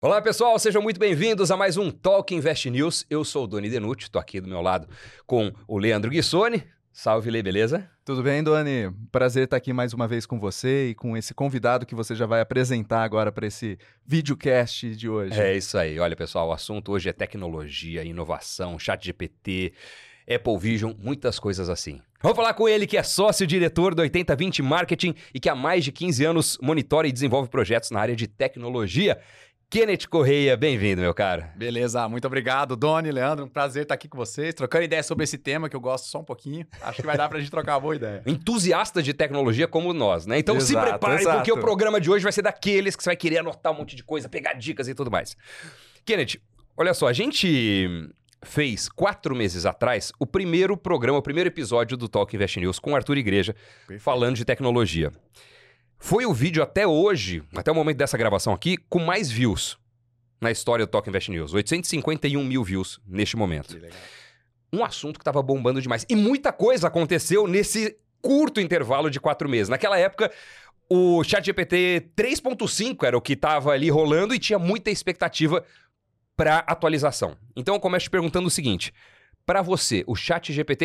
Olá pessoal, sejam muito bem-vindos a mais um Talk Invest News. Eu sou o Doni Denucci, estou aqui do meu lado com o Leandro Guissoni. Salve, Lê, beleza? Tudo bem, Doni? Prazer estar aqui mais uma vez com você e com esse convidado que você já vai apresentar agora para esse videocast de hoje. É isso aí. Olha, pessoal, o assunto hoje é tecnologia, inovação, ChatGPT, Apple Vision, muitas coisas assim. Vamos falar com ele que é sócio-diretor do 80/20 Marketing e que há mais de 15 anos monitora e desenvolve projetos na área de tecnologia. Kenneth Correia, bem-vindo, meu caro. Beleza, muito obrigado, Doni, Leandro, um prazer estar aqui com vocês, trocando ideia sobre esse tema que eu gosto só um pouquinho. Acho que vai dar pra gente trocar uma boa ideia. Entusiastas de tecnologia como nós, né? Então se prepare, porque o programa de hoje vai ser daqueles que você vai querer anotar um monte de coisa, pegar dicas e tudo mais. Kenneth, olha só, a gente fez 4 meses atrás o primeiro programa, o primeiro episódio do Talk Invest News com o Arthur Igreja, falando de tecnologia. Foi o vídeo até hoje, até o momento dessa gravação aqui, com mais views na história do Talk Invest News. 851 mil views neste momento. Um assunto que estava bombando demais. E muita coisa aconteceu nesse curto intervalo de 4 meses. Naquela época, o ChatGPT 3.5 era o que estava ali rolando e tinha muita expectativa para atualização. Então eu começo te perguntando o seguinte. Para você, o ChatGPT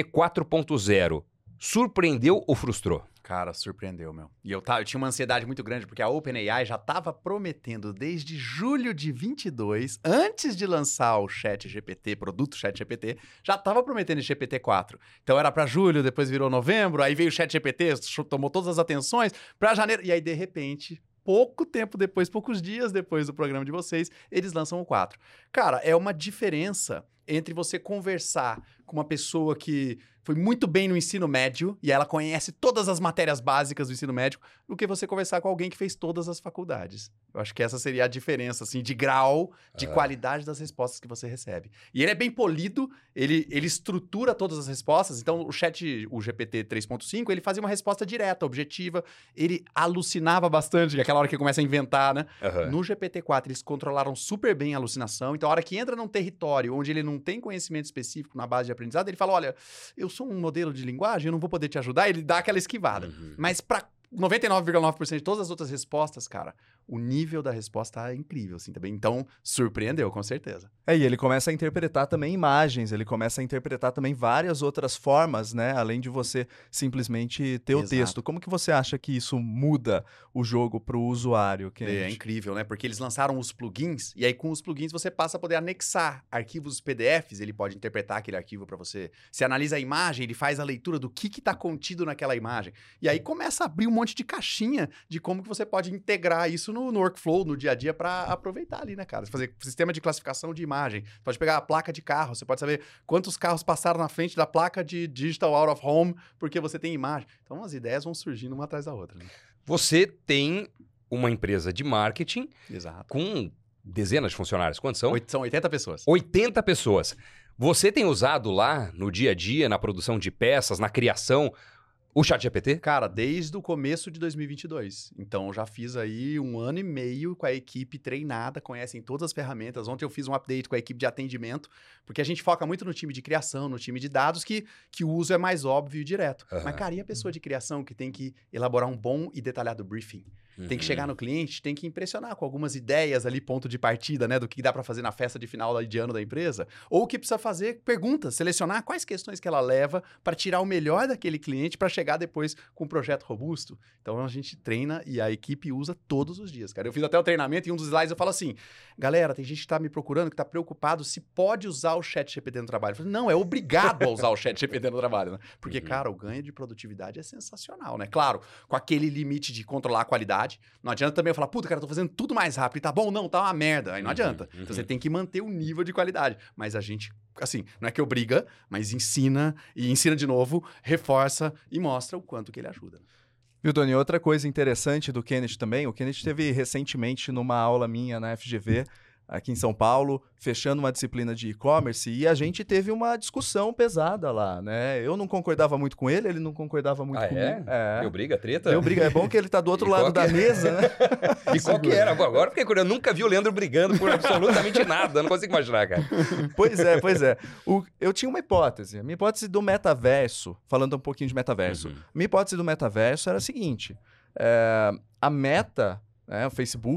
4.0 surpreendeu ou frustrou? Cara, surpreendeu, meu. E eu tinha uma ansiedade muito grande, porque a OpenAI já estava prometendo desde julho de 22, antes de lançar o ChatGPT, produto ChatGPT, já estava prometendo esse GPT-4. Então era para julho, depois virou novembro, aí veio o ChatGPT, tomou todas as atenções, para janeiro, e aí de repente, pouco tempo depois, poucos dias depois do programa de vocês, eles lançam o 4. Cara, é uma diferença entre você conversar com uma pessoa que foi muito bem no ensino médio e ela conhece todas as matérias básicas do ensino médio, do que você conversar com alguém que fez todas as faculdades. Eu acho que essa seria a diferença, assim, de grau, de qualidade das respostas que você recebe. E ele é bem polido, ele estrutura todas as respostas, então o GPT 3.5, ele fazia uma resposta direta, objetiva, ele alucinava bastante, aquela hora que começa a inventar, né? No GPT-4, eles controlaram super bem a alucinação, então a hora que entra num território onde ele não tem conhecimento específico na base de aprendizado, ele fala, olha, eu sou um modelo de linguagem, eu não vou poder te ajudar, ele dá aquela esquivada. Mas para 99,9% de todas as outras respostas, cara, o nível da resposta é incrível, assim, também. Então, surpreendeu, com certeza. E ele começa a interpretar também imagens, ele começa a interpretar também várias outras formas, né? Além de você simplesmente ter o texto. Como que você acha que isso muda o jogo para o usuário? É incrível, né? Porque eles lançaram os plugins, e aí com os plugins você passa a poder anexar arquivos PDFs, ele pode interpretar aquele arquivo para você. Você analisa a imagem, ele faz a leitura do que está contido naquela imagem. E aí começa a abrir um monte de caixinha de como que você pode integrar isso no workflow, no dia a dia, para aproveitar ali, né, cara? Você fazer sistema de classificação de imagem. Você pode pegar a placa de carro, você pode saber quantos carros passaram na frente da placa de Digital Out of Home, porque você tem imagem. Então, as ideias vão surgindo uma atrás da outra. Né? Você tem uma empresa de marketing com dezenas de funcionários. Quantos são? São 80 pessoas. 80 pessoas. Você tem usado lá, no dia a dia, na produção de peças, na criação, o ChatGPT? Cara, desde o começo de 2022. Então, eu já fiz aí 1 ano e meio com a equipe treinada, conhecem todas as ferramentas. Ontem eu fiz um update com a equipe de atendimento, porque a gente foca muito no time de criação, no time de dados, que o uso é mais óbvio e direto. Mas, cara, e a pessoa de criação que tem que elaborar um bom e detalhado briefing? Tem que chegar no cliente, tem que impressionar com algumas ideias ali, ponto de partida, né? Do que dá para fazer na festa de final de ano da empresa. Ou que precisa fazer perguntas, selecionar quais questões que ela leva para tirar o melhor daquele cliente para chegar depois com um projeto robusto. Então a gente treina e a equipe usa todos os dias, cara. Eu fiz até o treinamento e um dos slides eu falo assim, galera, tem gente que tá me procurando, que tá preocupado se pode usar o ChatGPT no trabalho. Eu falei, não, é obrigado a usar o ChatGPT no trabalho, né? Porque, cara, o ganho de produtividade é sensacional, né? Claro, com aquele limite de controlar a qualidade. Não adianta também eu falar, puta, cara, eu tô fazendo tudo mais rápido. E tá bom? Não, tá uma merda. Aí não adianta. Então você tem que manter o nível de qualidade. Mas a gente, assim, não é que obriga, mas ensina e ensina de novo, reforça e mostra o quanto que ele ajuda. Viu, Doni? Outra coisa interessante do Kenneth também, o Kenneth esteve recentemente numa aula minha na FGV, aqui em São Paulo, fechando uma disciplina de e-commerce, e a gente teve uma discussão pesada lá, né? Eu não concordava muito com ele não concordava muito comigo. Deu briga, treta? Deu briga, é bom que ele tá do outro lado da mesa, né? E qual que era? Agora fiquei curioso, eu nunca vi o Leandro brigando por absolutamente nada, não consigo imaginar, cara. Pois é. Eu tinha uma hipótese, a minha hipótese do metaverso, falando um pouquinho de metaverso, minha hipótese do metaverso era a seguinte, a Meta, o Facebook,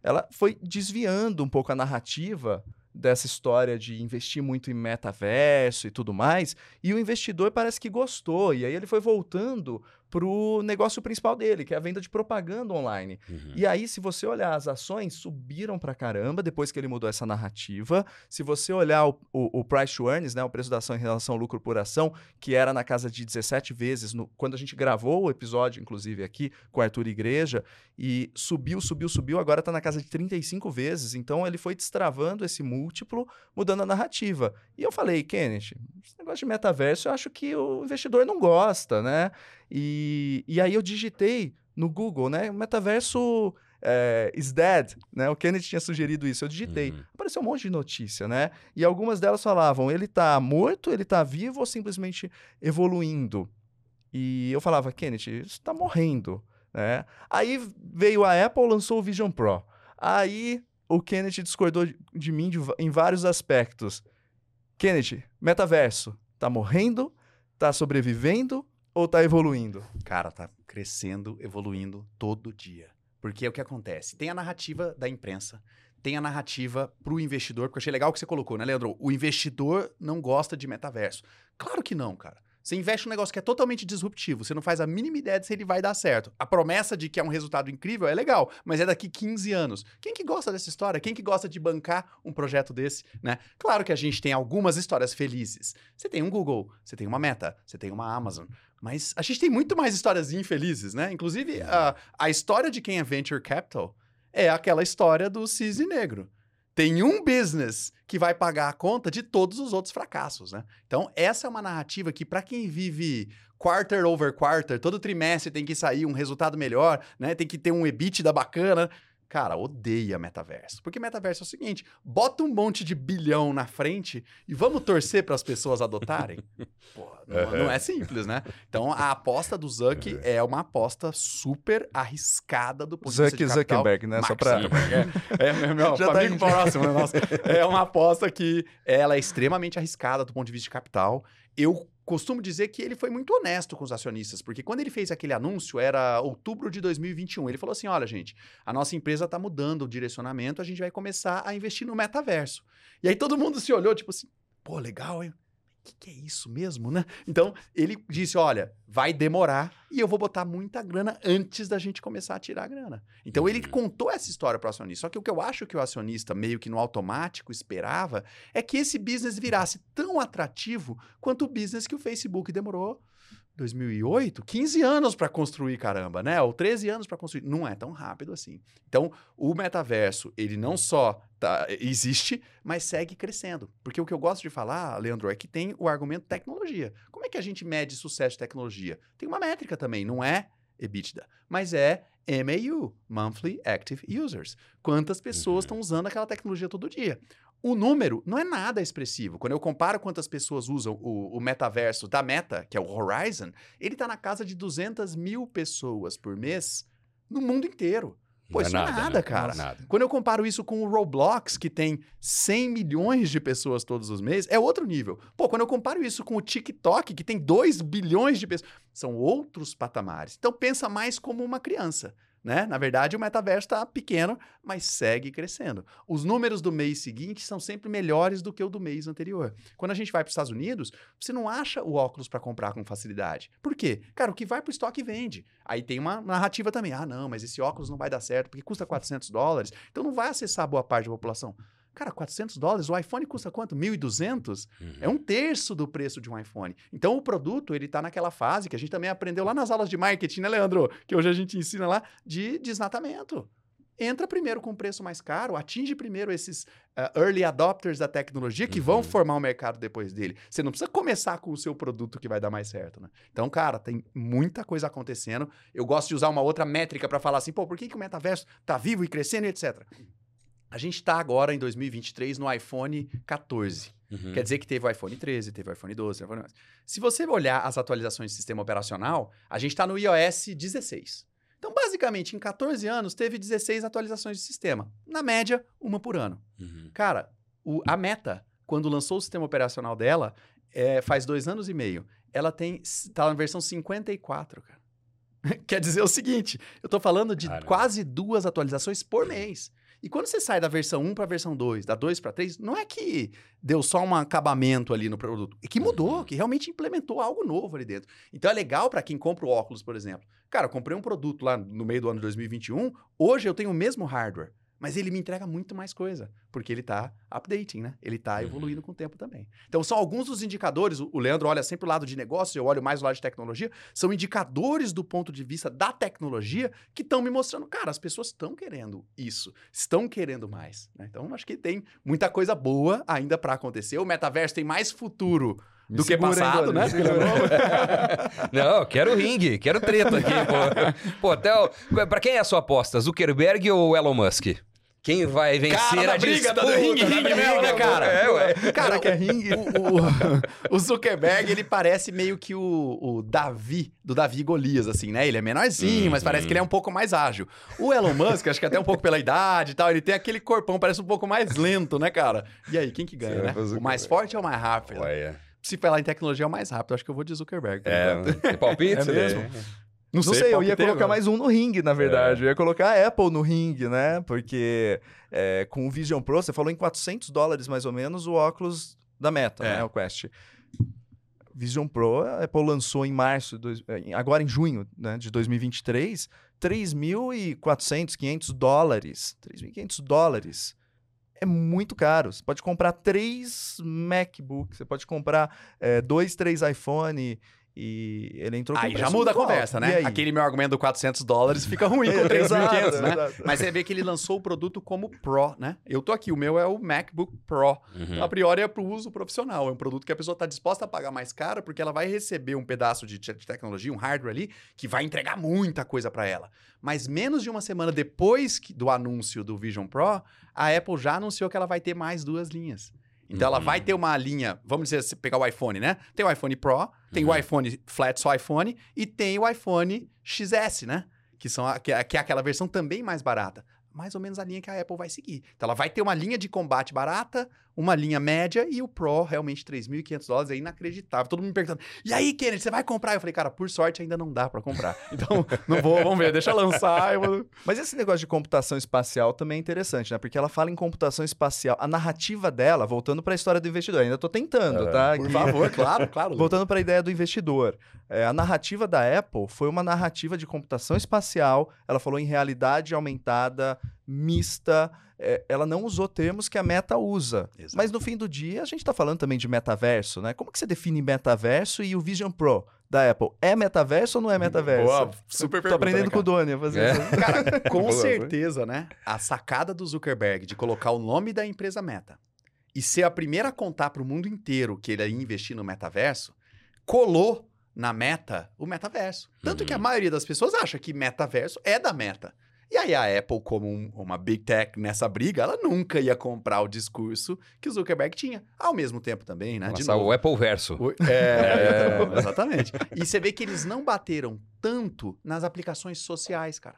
ela foi desviando um pouco a narrativa dessa história de investir muito em metaverso e tudo mais, e o investidor parece que gostou, e aí ele foi voltando pro negócio principal dele, que é a venda de propaganda online. E aí, se você olhar, as ações subiram pra caramba depois que ele mudou essa narrativa. Se você olhar o price to earnings, né, o preço da ação em relação ao lucro por ação, que era na casa de 17 vezes, quando a gente gravou o episódio, inclusive, aqui com o Arthur Igreja, e subiu, agora está na casa de 35 vezes. Então, ele foi destravando esse múltiplo, mudando a narrativa. E eu falei, Kenneth, esse negócio de metaverso, eu acho que o investidor não gosta, né? E aí eu digitei no Google, né? O metaverso is dead, né? O Kenneth tinha sugerido isso, eu digitei. Apareceu um monte de notícia, né? E algumas delas falavam, ele tá morto, ele tá vivo ou simplesmente evoluindo? E eu falava, Kenneth, isso tá morrendo, né? Aí veio a Apple, lançou o Vision Pro. Aí o Kenneth discordou de mim em vários aspectos. Kenneth, metaverso, tá morrendo? Tá sobrevivendo? Ou tá evoluindo? Cara, tá crescendo, evoluindo todo dia. Porque é o que acontece. Tem a narrativa da imprensa, tem a narrativa pro investidor, porque eu achei legal o que você colocou, né, Leandro? O investidor não gosta de metaverso. Claro que não, cara. Você investe num negócio que é totalmente disruptivo, você não faz a mínima ideia de se ele vai dar certo. A promessa de que é um resultado incrível é legal, mas é daqui 15 anos. Quem que gosta dessa história? Quem que gosta de bancar um projeto desse, né? Claro que a gente tem algumas histórias felizes. Você tem um Google, você tem uma Meta, você tem uma Amazon, mas a gente tem muito mais histórias infelizes, né? Inclusive, a história de quem é Venture Capital é aquela história do cisne negro. Tem um business que vai pagar a conta de todos os outros fracassos, né? Então, essa é uma narrativa que, para quem vive quarter over quarter, todo trimestre tem que sair um resultado melhor, né? Tem que ter um EBITDA bacana. Cara, odeia metaverso. Porque metaverso é o seguinte, bota um monte de bilhão na frente e vamos torcer para as pessoas adotarem? Porra, não é simples, né? Então, a aposta do Zuck é uma aposta super arriscada do ponto de vista de capital. Zuckerberg, né? Mark Só pra... meu Já amigo próximo, né? Nossa, é uma aposta que ela é extremamente arriscada do ponto de vista de capital. Eu costumo dizer que ele foi muito honesto com os acionistas, porque quando ele fez aquele anúncio, era outubro de 2021, ele falou assim, olha, gente, a nossa empresa está mudando o direcionamento, a gente vai começar a investir no metaverso. E aí todo mundo se olhou, tipo assim, pô, legal, hein? O que é isso mesmo, né? Então, ele disse, olha, vai demorar e eu vou botar muita grana antes da gente começar a tirar a grana. Então, ele contou essa história para o acionista. Só que o que eu acho que o acionista, meio que no automático, esperava é que esse business virasse tão atrativo quanto o business que o Facebook demorou 2008, 15 anos para construir, caramba, né? Ou 13 anos para construir. Não é tão rápido assim. Então, o metaverso, ele não só existe, mas segue crescendo. Porque o que eu gosto de falar, Leandro, é que tem o argumento tecnologia. Como é que a gente mede sucesso de tecnologia? Tem uma métrica também, não é EBITDA, mas é MAU, Monthly Active Users. Quantas pessoas estão usando aquela tecnologia todo dia? O número não é nada expressivo. Quando eu comparo quantas pessoas usam o metaverso da Meta, que é o Horizon, ele está na casa de 200 mil pessoas por mês no mundo inteiro. Pô, isso não é nada, cara. Não é nada. Quando eu comparo isso com o Roblox, que tem 100 milhões de pessoas todos os meses, é outro nível. Pô, quando eu comparo isso com o TikTok, que tem 2 bilhões de pessoas, são outros patamares. Então, pensa mais como uma criança. Né? Na verdade, o metaverso está pequeno, mas segue crescendo. Os números do mês seguinte são sempre melhores do que o do mês anterior. Quando a gente vai para os Estados Unidos, você não acha o óculos para comprar com facilidade. Por quê? Cara, o que vai para o estoque vende. Aí tem uma narrativa também. Ah, não, mas esse óculos não vai dar certo porque custa $400, então não vai acessar boa parte da população. Cara, $400, o iPhone custa quanto? 1.200? É um terço do preço de um iPhone. Então, o produto, ele tá naquela fase que a gente também aprendeu lá nas aulas de marketing, né, Leandro? Que hoje a gente ensina lá, de desnatamento. Entra primeiro com um preço mais caro, atinge primeiro esses early adopters da tecnologia que vão formar o mercado depois dele. Você não precisa começar com o seu produto que vai dar mais certo, né? Então, cara, tem muita coisa acontecendo. Eu gosto de usar uma outra métrica para falar assim, pô, por que o metaverso tá vivo e crescendo e etc. A gente está agora, em 2023, no iPhone 14. Quer dizer que teve o iPhone 13, teve o iPhone 12, iPhone 11. Se você olhar as atualizações de sistema operacional, a gente está no iOS 16. Então, basicamente, em 14 anos, teve 16 atualizações de sistema. Na média, uma por ano. Cara, a Meta, quando lançou o sistema operacional dela, faz 2 anos e meio, ela tá na versão 54, cara. Quer dizer o seguinte, eu tô falando de quase 2 atualizações por mês. E quando você sai da versão 1 para a versão 2, da 2 para 3, não é que deu só um acabamento ali no produto, é que mudou, que realmente implementou algo novo ali dentro. Então é legal para quem compra o óculos, por exemplo. Cara, eu comprei um produto lá no meio do ano de 2021, hoje eu tenho o mesmo hardware, mas ele me entrega muito mais coisa, porque ele tá updating, né? Ele tá evoluindo com o tempo também. Então, são alguns dos indicadores, o Leandro olha sempre o lado de negócio, eu olho mais o lado de tecnologia, são indicadores do ponto de vista da tecnologia que estão me mostrando, cara, as pessoas estão querendo isso, estão querendo mais, né? Então, acho que tem muita coisa boa ainda para acontecer. O metaverso tem mais futuro do que passado, né? Não, quero ringue, quero treta aqui, pô. Pô, até pra quem é a sua aposta, Zuckerberg ou Elon Musk? Quem vai vencer a briga disputa? Da ringue mesmo, né, cara? Ué. Cara, que é ringue. O Zuckerberg, ele parece meio que o Davi, do Davi e Golias, assim, né? Ele é menorzinho, mas parece que ele é um pouco mais ágil. O Elon Musk, acho que até um pouco pela idade e tal, ele tem aquele corpão, parece um pouco mais lento, né, cara? E aí, quem que ganha, né? O mais forte ou o mais rápido? Se falar em tecnologia, é o mais rápido. Acho que eu vou de Zuckerberg. Tem palpite? É mesmo? Não sei, eu ia colocar mais um no ringue, na verdade. Eu ia colocar a Apple no ringue, né? Porque com o Vision Pro, você falou em $400 mais ou menos o óculos da Meta, né? O Quest. Vision Pro, a Apple lançou em março, agora em junho, né, de 2023, $3.400, $500. $3.500. É muito caro. Você pode comprar 3 MacBooks, você pode comprar 2, 3 iPhone. E ele entrou com aí já muda a conversa, né? Aquele meu argumento do $400 fica ruim com 3.500, né? Mas você vê que ele lançou o produto como Pro, né? Eu tô aqui, o meu é o MacBook Pro. Então, a priori é pro uso profissional. É um produto que a pessoa tá disposta a pagar mais caro porque ela vai receber um pedaço de tecnologia, um hardware ali, que vai entregar muita coisa para ela. Mas menos de uma semana depois do anúncio do Vision Pro, a Apple já anunciou que ela vai ter mais 2 linhas. Então, ela vai ter uma linha, vamos dizer, se pegar o iPhone, né? Tem o iPhone Pro, tem o iPhone Flat, só iPhone, e tem o iPhone XS, né? Que é aquela versão também mais barata. Mais ou menos a linha que a Apple vai seguir. Então, ela vai ter uma linha de combate barata, uma linha média e o Pro, realmente, $3.500. É inacreditável. Todo mundo me perguntando, e aí, Kennedy, você vai comprar? Eu falei, cara, por sorte ainda não dá pra comprar. Então, não vou, vamos ver, deixa lançar. Mas esse negócio de computação espacial também é interessante, né? Porque ela fala em computação espacial. A narrativa dela, voltando pra história do investidor, ainda tô tentando, tá? Por favor, claro. Voltando pra ideia do investidor. A narrativa da Apple foi uma narrativa de computação espacial. Ela falou em realidade aumentada, mista. Ela não usou termos que a Meta usa. Exato. Mas no fim do dia, a gente está falando também de metaverso, né? Como que você define metaverso e o Vision Pro da Apple? É metaverso ou não é metaverso? Boa, super pergunta. Tô aprendendo com o Doni a fazer isso. Cara, com certeza, né? A sacada do Zuckerberg de colocar o nome da empresa Meta e ser a primeira a contar para o mundo inteiro que ele ia investir no metaverso, colou na Meta o metaverso. Tanto que a maioria das pessoas acha que metaverso é da Meta. E aí a Apple, como uma big tech nessa briga, ela nunca ia comprar o discurso que o Zuckerberg tinha. Ao mesmo tempo também, né? Nossa, o Apple verso. Exatamente. E você vê que eles não bateram tanto nas aplicações sociais, cara.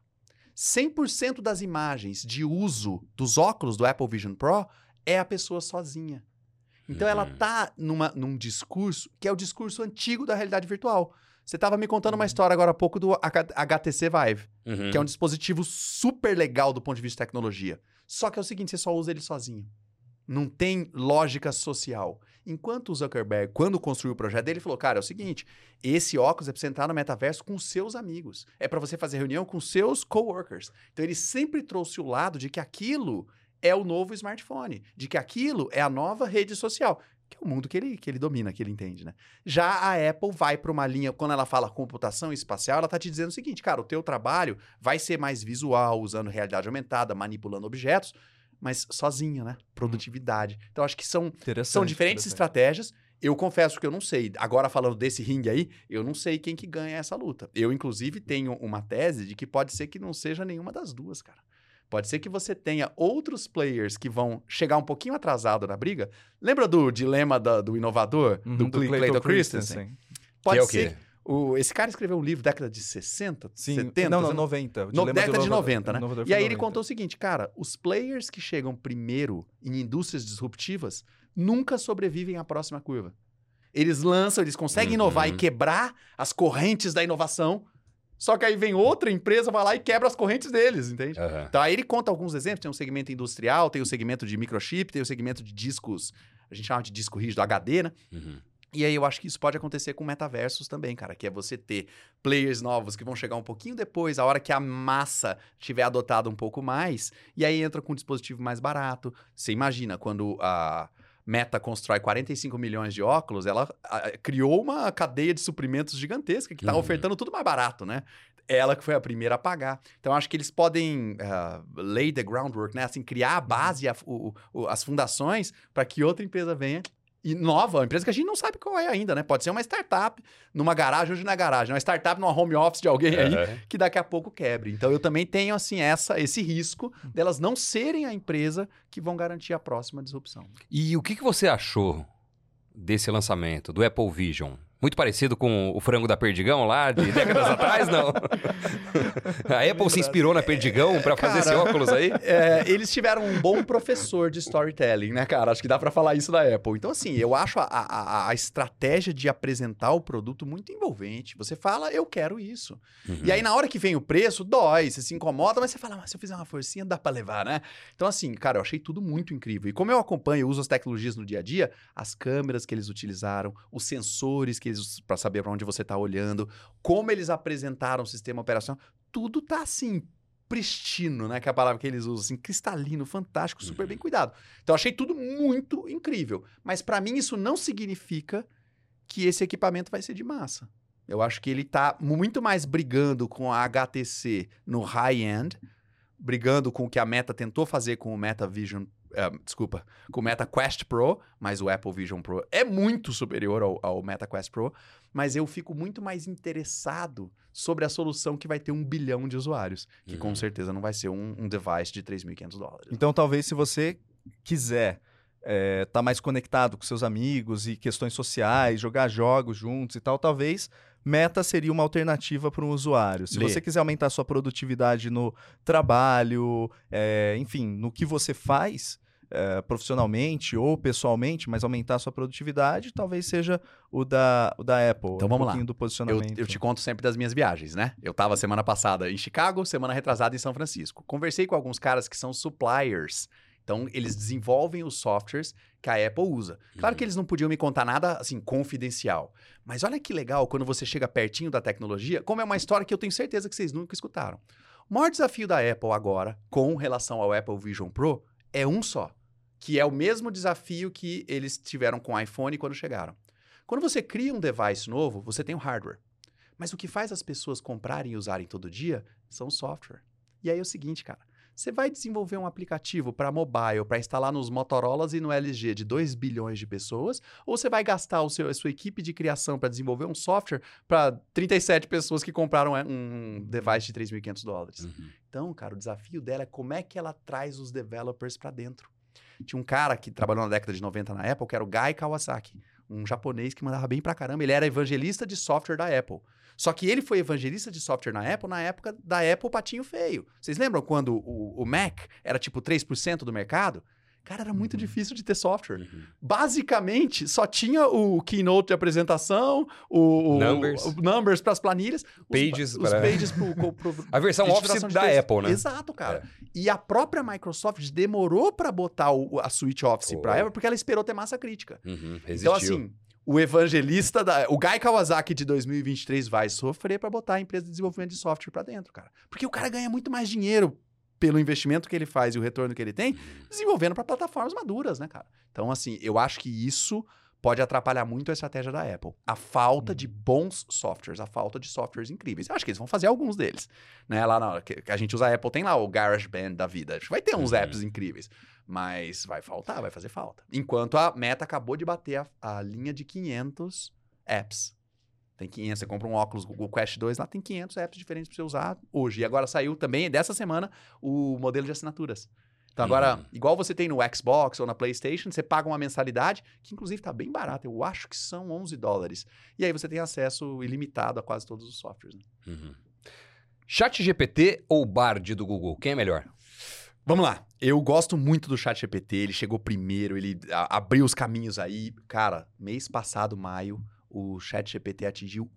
100% das imagens de uso dos óculos do Apple Vision Pro é a pessoa sozinha. Então ela tá num discurso que é o discurso antigo da realidade virtual. Você estava me contando uma história agora há pouco do HTC Vive, que é um dispositivo super legal do ponto de vista de tecnologia. Só que é o seguinte, você só usa ele sozinho. Não tem lógica social. Enquanto o Zuckerberg, quando construiu o projeto dele, falou, cara, é o seguinte, esse óculos é para você entrar no metaverso com seus amigos. É para você fazer reunião com seus coworkers. Então ele sempre trouxe o lado de que aquilo é o novo smartphone, de que aquilo é a nova rede social. Que é o mundo que ele domina, que ele entende, né? Já a Apple vai para uma linha, quando ela fala computação espacial, ela tá te dizendo o seguinte, cara, o teu trabalho vai ser mais visual, usando realidade aumentada, manipulando objetos, mas sozinha, né? Produtividade. Então, acho que são diferentes estratégias. Eu confesso que eu não sei. Agora, falando desse ringue aí, eu não sei quem que ganha essa luta. Eu, inclusive, tenho uma tese de que pode ser que não seja nenhuma das duas, cara. Pode ser que você tenha outros players que vão chegar um pouquinho atrasado na briga. Lembra do dilema do inovador? Do Clayton Christensen? Pode ser. Esse cara escreveu um livro década de 60, 70? Não, 90. Década de 90, né? E aí ele contou o seguinte, cara, os players que chegam primeiro em indústrias disruptivas nunca sobrevivem à próxima curva. Eles lançam, eles conseguem inovar e quebrar as correntes da inovação, Só que aí vem outra empresa, vai lá e quebra as correntes deles, entende? Uhum. Então aí ele conta alguns exemplos, tem um segmento industrial, tem o segmento de microchip, tem o segmento de discos, a gente chama de disco rígido HD, né? Uhum. E aí eu acho que isso pode acontecer com metaversos também, cara, que é você ter players novos que vão chegar um pouquinho depois, a hora que a massa tiver adotado um pouco mais, e aí entra com um dispositivo mais barato. Você imagina, quando a Meta constrói 45 milhões de óculos, ela criou uma cadeia de suprimentos gigantesca que tá ofertando tudo mais barato, né? Ela que foi a primeira a pagar. Então, acho que eles podem lay the groundwork, né? Assim, criar a base, as fundações para que outra empresa venha e nova, uma empresa que a gente não sabe qual é ainda, né? Pode ser uma startup numa garagem, hoje na garagem, uma startup numa home office de alguém aí que daqui a pouco quebre. Então, eu também tenho, assim, esse risco delas não serem a empresa que vão garantir a próxima disrupção. E o que você achou desse lançamento, do Apple Vision? Muito parecido com o frango da Perdigão lá, de décadas atrás, não? A Apple se inspirou na Perdigão pra fazer esse óculos aí? Eles tiveram um bom professor de storytelling, né, cara? Acho que dá pra falar isso da Apple. Então, assim, eu acho a estratégia de apresentar o produto muito envolvente. Você fala, eu quero isso. E aí, na hora que vem o preço, dói, você se incomoda, mas você fala, mas se eu fizer uma forcinha, dá pra levar, né? Então, assim, cara, eu achei tudo muito incrível. E como eu acompanho, eu uso as tecnologias no dia a dia, as câmeras que eles utilizaram, os sensores que eles, para saber para onde você está olhando, como eles apresentaram o sistema operacional, tudo tá assim, pristino, né? Que é a palavra que eles usam, assim, cristalino, fantástico, super bem cuidado. Então, achei tudo muito incrível. Mas para mim, isso não significa que esse equipamento vai ser de massa. Eu acho que ele tá muito mais brigando com a HTC no high-end, brigando com o que a Meta tentou fazer com o Meta Vision, com o Meta Quest Pro, mas o Apple Vision Pro é muito superior ao Meta Quest Pro, mas eu fico muito mais interessado sobre a solução que vai ter 1 bilhão de usuários, que com certeza não vai ser um device de $3.500. Então, talvez, se você quiser tá mais conectado com seus amigos e questões sociais, jogar jogos juntos e tal, talvez Meta seria uma alternativa para um usuário. Se você quiser aumentar sua produtividade no trabalho, enfim, no que você faz profissionalmente ou pessoalmente, mas aumentar sua produtividade, talvez seja o da Apple. Então vamos lá. Do posicionamento. Eu te conto sempre das minhas viagens, né? Eu estava semana passada em Chicago, semana retrasada em São Francisco. Conversei com alguns caras que são suppliers. Então, eles desenvolvem os softwares que a Apple usa. Claro que eles não podiam me contar nada, assim, confidencial. Mas olha que legal quando você chega pertinho da tecnologia, como é uma história que eu tenho certeza que vocês nunca escutaram. O maior desafio da Apple agora, com relação ao Apple Vision Pro, é um só. Que é o mesmo desafio que eles tiveram com o iPhone quando chegaram. Quando você cria um device novo, você tem o hardware. Mas o que faz as pessoas comprarem e usarem todo dia são o software. E aí é o seguinte, cara. Você vai desenvolver um aplicativo para mobile, para instalar nos Motorolas e no LG de 2 bilhões de pessoas, ou você vai gastar a sua equipe de criação para desenvolver um software para 37 pessoas que compraram um device de $3.500? Então, cara, o desafio dela é como é que ela traz os developers para dentro. Tinha um cara que trabalhou na década de 90 na Apple, que era o Guy Kawasaki, um japonês que mandava bem pra caramba. Ele era evangelista de software da Apple. Só que ele foi evangelista de software na época da Apple patinho feio. Vocês lembram quando o Mac era tipo 3% do mercado? Cara, era muito difícil de ter software. Basicamente, só tinha o Keynote de apresentação, o Numbers para as planilhas, Pages os Pages pro a versão Office da Apple, né? Exato, cara. E a própria Microsoft demorou para botar a suite Office para Apple porque ela esperou ter massa crítica. Então, assim, o evangelista, o Guy Kawasaki de 2023 vai sofrer para botar a empresa de desenvolvimento de software para dentro, cara. Porque o cara ganha muito mais dinheiro pelo investimento que ele faz e o retorno que ele tem, desenvolvendo para plataformas maduras, né, cara? Então, assim, eu acho que isso pode atrapalhar muito a estratégia da Apple. A falta de bons softwares, a falta de softwares incríveis. Eu acho que eles vão fazer alguns deles. Né? Lá que a gente usa a Apple, tem lá o GarageBand da vida. Acho que vai ter uns apps incríveis. Mas vai faltar, vai fazer falta. Enquanto a Meta acabou de bater a linha de 500 apps. Tem 500, você compra um óculos Google Quest 2, lá tem 500 apps diferentes para você usar hoje. E agora saiu também, dessa semana, o modelo de assinaturas. Então agora, igual você tem no Xbox ou na PlayStation, você paga uma mensalidade, que inclusive está bem barata, eu acho que são $11. E aí você tem acesso ilimitado a quase todos os softwares. Né? ChatGPT ou Bard do Google, quem é melhor? Vamos lá. Eu gosto muito do ChatGPT, ele chegou primeiro, ele abriu os caminhos aí. Cara, mês passado, maio, o ChatGPT atingiu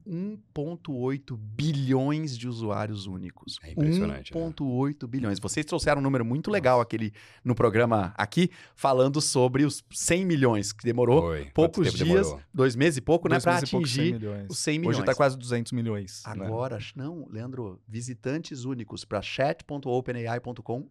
1,8 bilhões de usuários únicos. É impressionante. 1,8 bilhões. Vocês trouxeram um número muito legal no programa aqui, falando sobre os 100 milhões, que demorou poucos dias, demorou? 2 meses e pouco, né, para atingir 100 milhões. os 100 milhões. Hoje está quase 200 milhões. Agora, não, Leandro, visitantes únicos para chat.openai.com,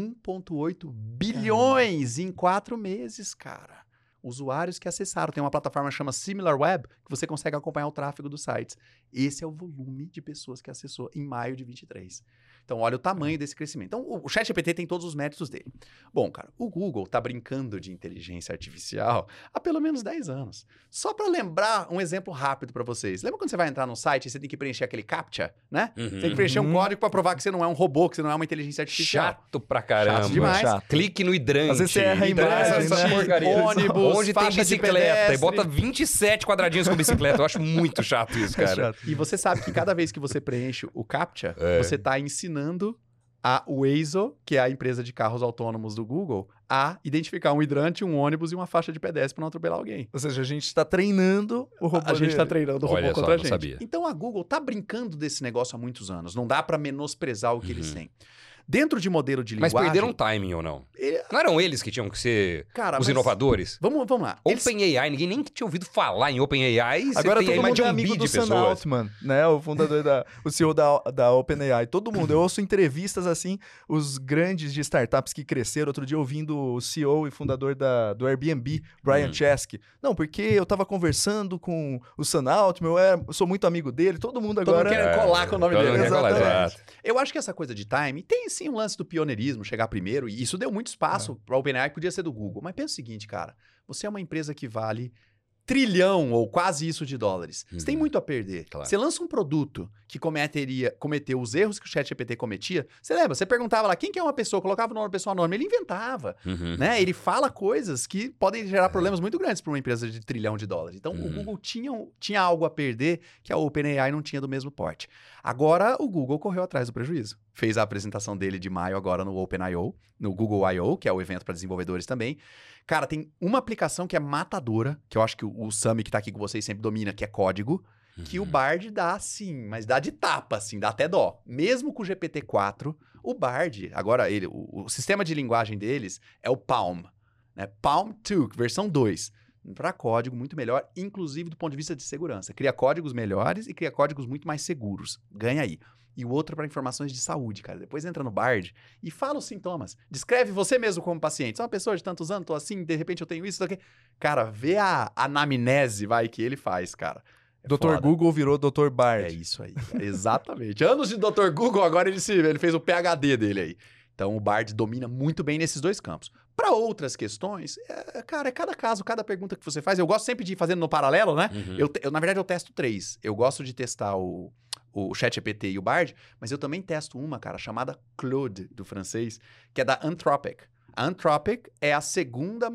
1,8 bilhões em 4 meses, cara. Usuários que acessaram. Tem uma plataforma que chama SimilarWeb, que você consegue acompanhar o tráfego dos sites. Esse é o volume de pessoas que acessou em maio de 23. Então, olha o tamanho desse crescimento. Então, o ChatGPT tem todos os méritos dele. Bom, cara, o Google tá brincando de inteligência artificial há pelo menos 10 anos. Só para lembrar um exemplo rápido para vocês. Lembra quando você vai entrar no site e você tem que preencher aquele CAPTCHA, né? Você tem que preencher um código para provar que você não é um robô, que você não é uma inteligência artificial. Chato pra caramba. Chato demais. Chato. Clique no hidrante. Às vezes você erra em essa breve, né? porcaria. Ônibus, onde tem faixa de bicicleta. pedestre. E bota 27 quadradinhos com bicicleta. Eu acho muito chato isso, cara. Chato. E você sabe que cada vez que você preenche o CAPTCHA, você tá ensinando a Waze, que é a empresa de carros autônomos do Google, a identificar um hidrante, um ônibus e uma faixa de pedestre para não atropelar alguém. Ou seja, a gente está treinando o robô. A gente está treinando o robô Olha só, contra a não gente. sabia. Então a Google tá brincando desse negócio há muitos anos. Não dá para menosprezar o que eles têm. Dentro de modelo de Mas linguagem... perderam timing ou não? Não eram eles que tinham que ser Cara, os mas inovadores? Vamos lá. OpenAI, ninguém nem tinha ouvido falar em OpenAI. Agora tem aí todo mais mundo de é um amigo bi do de Sam pessoas. Altman, né? O fundador o CEO da OpenAI. Todo mundo. Eu ouço entrevistas assim, os grandes de startups que cresceram. Outro dia ouvindo o CEO e fundador do Airbnb, Brian Chesky. Não, porque eu tava conversando com o Sam Altman, eu sou muito amigo dele. Todo mundo agora... Todo mundo querendo colar com o nome todo dele. mundo quer colar, Exatamente. exato. Eu acho que essa coisa de time tem sim um lance do pioneirismo, chegar primeiro, e isso deu muito espaço para a OpenAI, que podia ser do Google. Mas pensa o seguinte, cara, você é uma empresa que vale trilhão ou quase isso de dólares. Você tem muito a perder. Claro. Você lança um produto que cometeu os erros que o ChatGPT cometia. Você lembra? Você perguntava lá quem que é uma pessoa, colocava o nome da pessoa anônima, ele inventava. Né? Ele fala coisas que podem gerar problemas muito grandes para uma empresa de trilhão de dólares. Então, o Google tinha algo a perder que a OpenAI não tinha do mesmo porte. Agora, o Google correu atrás do prejuízo. Fez a apresentação dele de maio agora no OpenIO, no Google I.O., que é o evento para desenvolvedores também. Cara, tem uma aplicação que é matadora, que eu acho que o Sami que tá aqui com vocês sempre domina, que é código, que o Bard dá sim, mas dá de tapa, assim, dá até dó. Mesmo com o GPT-4, o Bard, agora o sistema de linguagem deles é o Palm, né? Palm 2, versão 2. Para código muito melhor, inclusive do ponto de vista de segurança. Cria códigos melhores e cria códigos muito mais seguros. Ganha aí. E o outro para informações de saúde, cara. Depois entra no Bard e fala os sintomas. Descreve você mesmo como paciente. Sou uma pessoa de tantos anos, tô assim, de repente eu tenho isso, aqui. Cara, vê a anamnese, que ele faz, cara. Dr. Google virou Dr. Bard. É isso aí, cara. Exatamente. Anos de Dr. Google, agora ele fez o PhD dele aí. Então o Bard domina muito bem nesses dois campos. Para outras questões, cara, é cada caso, cada pergunta que você faz. Eu gosto sempre de ir fazendo no paralelo, né? Na verdade, eu testo 3. Eu gosto de testar o ChatGPT e o Bard, mas eu também testo uma, cara, chamada Claude, do francês, que é da Anthropic. A Anthropic é o segundo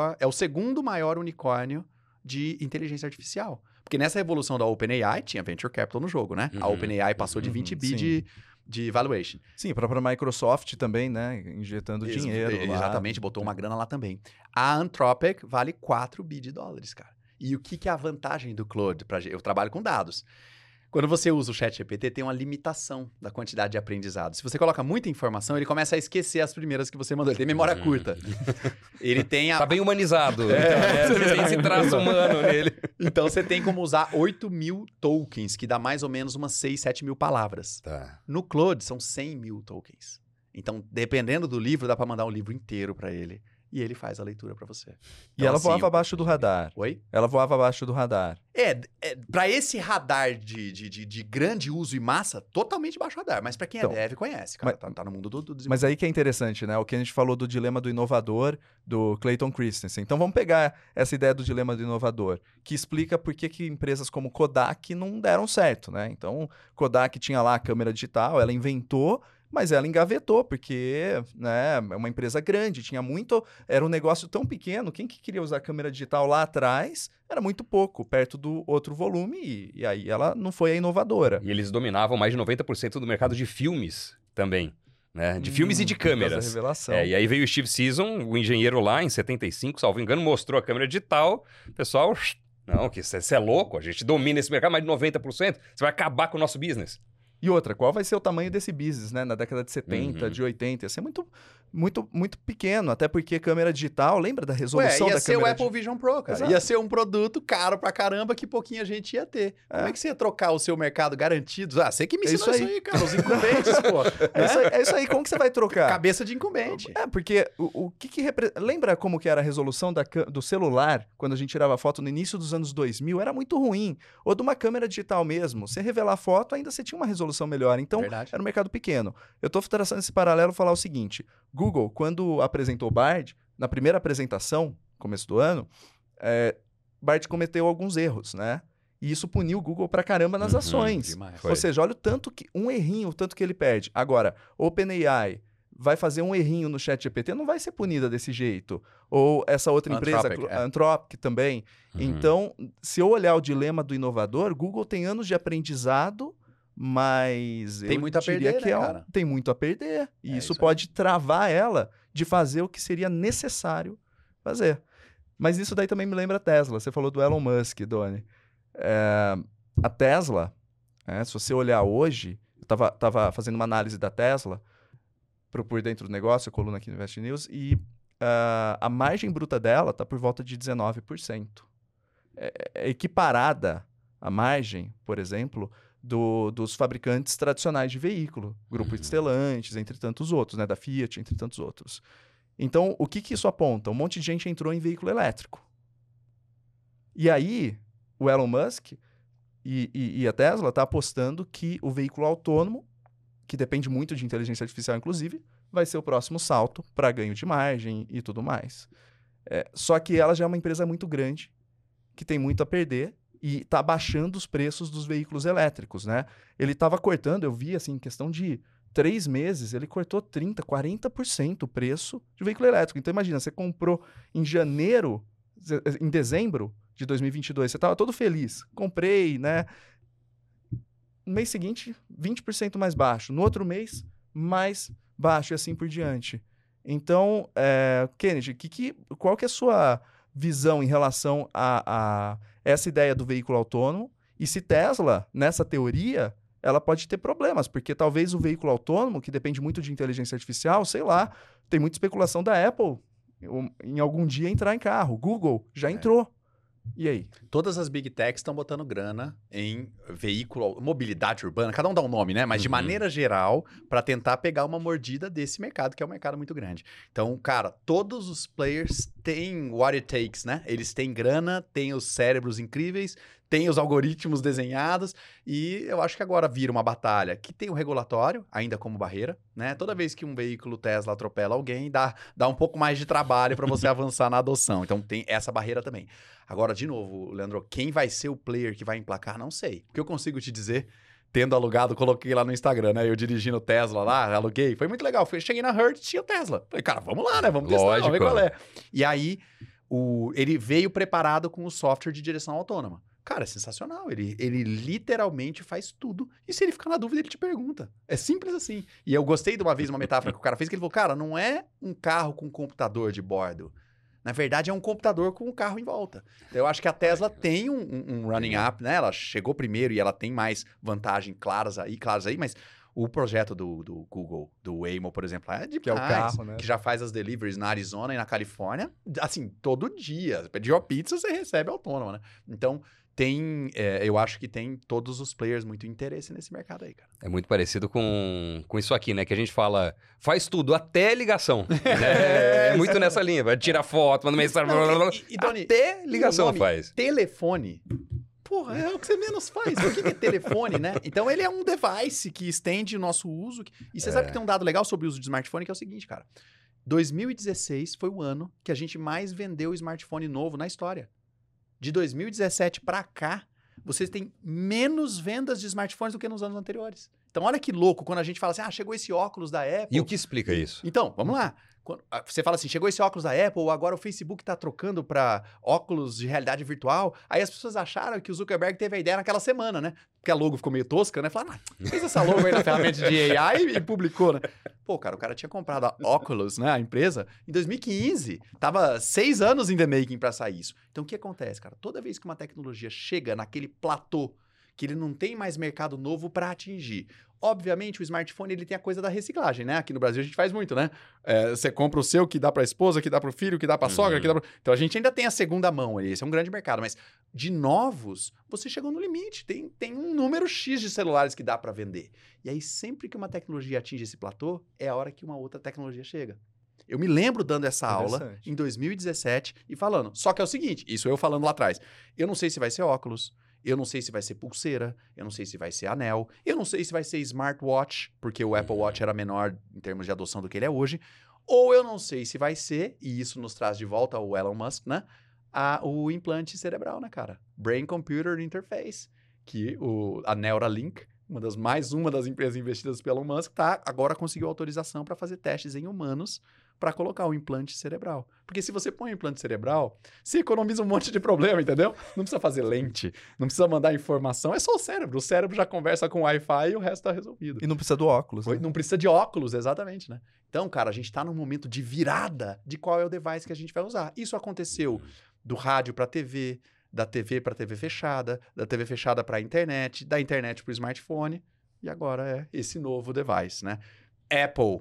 maior unicórnio de inteligência artificial. Porque nessa revolução da OpenAI, tinha Venture Capital no jogo, né? A OpenAI passou de 20 bi de valuation. Sim, a própria Microsoft também, né? Injetando dinheiro lá. Exatamente, botou uma grana lá também. A Anthropic vale 4 bi de dólares, cara. E o que é a vantagem do Claude? Eu trabalho com dados. Quando você usa o ChatGPT, tem uma limitação da quantidade de aprendizado. Se você coloca muita informação, ele começa a esquecer as primeiras que você mandou. Ele tem memória curta. Ele tem Tá bem humanizado. Você tem esse traço humano nele. Então, você tem como usar 8.000 tokens, que dá mais ou menos umas 6, 7 mil palavras. Tá. No Claude, são 100 mil tokens. Então, dependendo do livro, dá para mandar um livro inteiro para ele. E ele faz a leitura para você. E ela voava abaixo do radar. Oi? Ela voava abaixo do radar. Para esse radar de grande uso e massa, totalmente baixo radar. Mas para quem é dev, conhece, cara. Tá no mundo do desenvolvimento. Mas aí que é interessante, né? O que a gente falou do dilema do inovador, do Clayton Christensen. Então vamos pegar essa ideia do dilema do inovador, que explica por que empresas como Kodak não deram certo, né? Então, Kodak tinha lá a câmera digital, ela inventou, mas ela engavetou, porque, né, é uma empresa grande, era um negócio tão pequeno, quem que queria usar câmera digital lá atrás era muito pouco, perto do outro volume, e aí ela não foi a inovadora. E eles dominavam mais de 90% do mercado de filmes também, né? De filmes e de câmeras. Revelação. E aí veio o Steve Season, o engenheiro lá, em 75, salvo engano, mostrou a câmera digital, o pessoal... Não, que você é louco, a gente domina esse mercado mais de 90%, você vai acabar com o nosso business. E outra, qual vai ser o tamanho desse business, né? Na década de 70, de 80, ia ser muito pequeno, até porque câmera digital, lembra da resolução da câmera? Ia ser o Apple Vision Pro, cara. Exato. Ia ser um produto caro pra caramba que pouquinha gente ia ter. Como é que você ia trocar o seu mercado garantido? Você que me ensinou isso aí, cara, os incumbentes, pô. É isso aí, como que você vai trocar? Cabeça de incumbente. Porque o que lembra como que era a resolução do celular, quando a gente tirava foto no início dos anos 2000? Era muito ruim. Ou de uma câmera digital mesmo. Você revelar a foto, ainda você tinha uma resolução melhor. Então, era um mercado pequeno. Eu estou traçando esse paralelo falar o seguinte. Google, quando apresentou o Bard, na primeira apresentação, começo do ano, Bard cometeu alguns erros, né? E isso puniu o Google pra caramba nas ações. Demais. Ou seja, olha o tanto que... Um errinho, o tanto que ele perde. Agora, OpenAI vai fazer um errinho no ChatGPT, não vai ser punida desse jeito. Ou essa outra empresa, a Anthropic também. Então, se eu olhar o dilema do inovador, Google tem anos de aprendizado, mas tem muito a perder, né, cara? Tem muito a perder. E isso pode travar ela de fazer o que seria necessário fazer. Mas isso daí também me lembra a Tesla. Você falou do Elon Musk, Doni. A Tesla, se você olhar hoje, eu tava fazendo uma análise da Tesla por dentro do negócio, a coluna aqui no Invest News, e a margem bruta dela está por volta de 19%. É equiparada a margem, por exemplo, dos fabricantes tradicionais de veículo, Grupo Stellantis, entre tantos outros, né, da Fiat, entre tantos outros. Então, o que isso aponta? Um monte de gente entrou em veículo elétrico. E aí, o Elon Musk e a Tesla estão apostando que o veículo autônomo, que depende muito de inteligência artificial, inclusive, vai ser o próximo salto para ganho de margem e tudo mais. Só que ela já é uma empresa muito grande, que tem muito a perder, e está baixando os preços dos veículos elétricos, né? Ele estava cortando, eu vi, assim, em questão de 3 meses, ele cortou 30%, 40% o preço de veículo elétrico. Então, imagina, você comprou em dezembro de 2022, você estava todo feliz. Comprei, né? No mês seguinte, 20% mais baixo. No outro mês, mais baixo e assim por diante. Então, Kennedy, qual que é a sua visão em relação a essa ideia do veículo autônomo? E se Tesla, nessa teoria, ela pode ter problemas, porque talvez o veículo autônomo, que depende muito de inteligência artificial, sei lá, tem muita especulação da Apple em algum dia entrar em carro. Google já entrou. E aí? Todas as Big Techs estão botando grana em veículo, mobilidade urbana, cada um dá um nome, né? Mas de maneira geral, para tentar pegar uma mordida desse mercado, que é um mercado muito grande. Então, cara, todos os players têm what it takes, né? Eles têm grana, têm os cérebros incríveis, têm os algoritmos desenhados, e eu acho que agora vira uma batalha que tem o regulatório, ainda como barreira, né? Toda vez que um veículo Tesla atropela alguém, dá um pouco mais de trabalho para você avançar na adoção. Então, tem essa barreira também. Agora, de novo, Leandro, quem vai ser o player que vai emplacar? Não sei. O que eu consigo te dizer, tendo alugado, coloquei lá no Instagram, né? Eu dirigindo o Tesla lá, aluguei. Foi muito legal. Cheguei na Hertz, tinha o Tesla. Falei, cara, vamos lá, né? Vamos testar, vamos ver qual é. E aí, ele veio preparado com o software de direção autônoma. Cara, é sensacional. Ele literalmente faz tudo. E se ele ficar na dúvida, ele te pergunta. É simples assim. E eu gostei de uma metáfora que o cara fez, que ele falou, cara, não é um carro com computador de bordo. Na verdade, é um computador com um carro em volta. Então, eu acho que a Tesla tem um running up, né? Ela chegou primeiro e ela tem mais vantagens claras aí, mas o projeto do Google, do Waymo, por exemplo, é demais. Que é o carro, né? Que já faz as deliveries na Arizona e na Califórnia, assim, todo dia. Pediu a pizza, você recebe autônoma, né? Então, eu acho que tem todos os players muito interesse nesse mercado aí, cara. É muito parecido com isso aqui, né? Que a gente fala, faz tudo, até ligação. É muito nessa linha. Vai tirar foto, manda mensagem, Doni, até ligação faz. Telefone. Porra, é o que você menos faz. O que é telefone, né? Então, ele é um device que estende o nosso uso. E você sabe que tem um dado legal sobre o uso de smartphone, que é o seguinte, cara. 2016 foi o ano que a gente mais vendeu smartphone novo na história. De 2017 para cá, vocês têm menos vendas de smartphones do que nos anos anteriores. Então, olha que louco quando a gente fala assim, chegou esse óculos da Apple. E o que explica isso? Então, vamos lá. Você fala assim, chegou esse óculos da Apple, agora o Facebook tá trocando para óculos de realidade virtual. Aí as pessoas acharam que o Zuckerberg teve a ideia naquela semana, né? Porque a logo ficou meio tosca, né? Falaram, fez essa logo aí na ferramenta de AI e publicou, né? Pô, cara, o cara tinha comprado a Oculus, né? A empresa, em 2015. Tava 6 anos in the making para sair isso. Então, o que acontece, cara? Toda vez que uma tecnologia chega naquele platô que ele não tem mais mercado novo para atingir. Obviamente, o smartphone ele tem a coisa da reciclagem, né? Aqui no Brasil a gente faz muito, né? Você compra o seu que dá para a esposa, que dá para o filho, que dá para a sogra, que dá pra... Então a gente ainda tem a segunda mão ali. Esse é um grande mercado. Mas de novos, você chegou no limite. Tem um número X de celulares que dá para vender. E aí, sempre que uma tecnologia atinge esse platô, é a hora que uma outra tecnologia chega. Eu me lembro dando essa aula em 2017 e falando. Só que é o seguinte, isso eu falando lá atrás. Eu não sei se vai ser óculos. Eu não sei se vai ser pulseira, eu não sei se vai ser anel, eu não sei se vai ser smartwatch, porque o Apple Watch era menor em termos de adoção do que ele é hoje, ou eu não sei se vai ser, e isso nos traz de volta ao Elon Musk, né? O implante cerebral, né, cara? Brain Computer Interface, que a Neuralink, uma das empresas investidas pelo Elon Musk, agora conseguiu autorização para fazer testes em humanos para colocar o implante cerebral. Porque se você põe o implante cerebral, você economiza um monte de problema, entendeu? Não precisa fazer lente, não precisa mandar informação, é só o cérebro. O cérebro já conversa com o Wi-Fi e o resto tá resolvido. E não precisa do óculos, né? Não precisa de óculos, exatamente, né? Então, cara, a gente tá num momento de virada de qual é o device que a gente vai usar. Isso aconteceu do rádio para TV, da TV para TV fechada, da TV fechada para internet, da internet para o smartphone, e agora é esse novo device, né? Apple,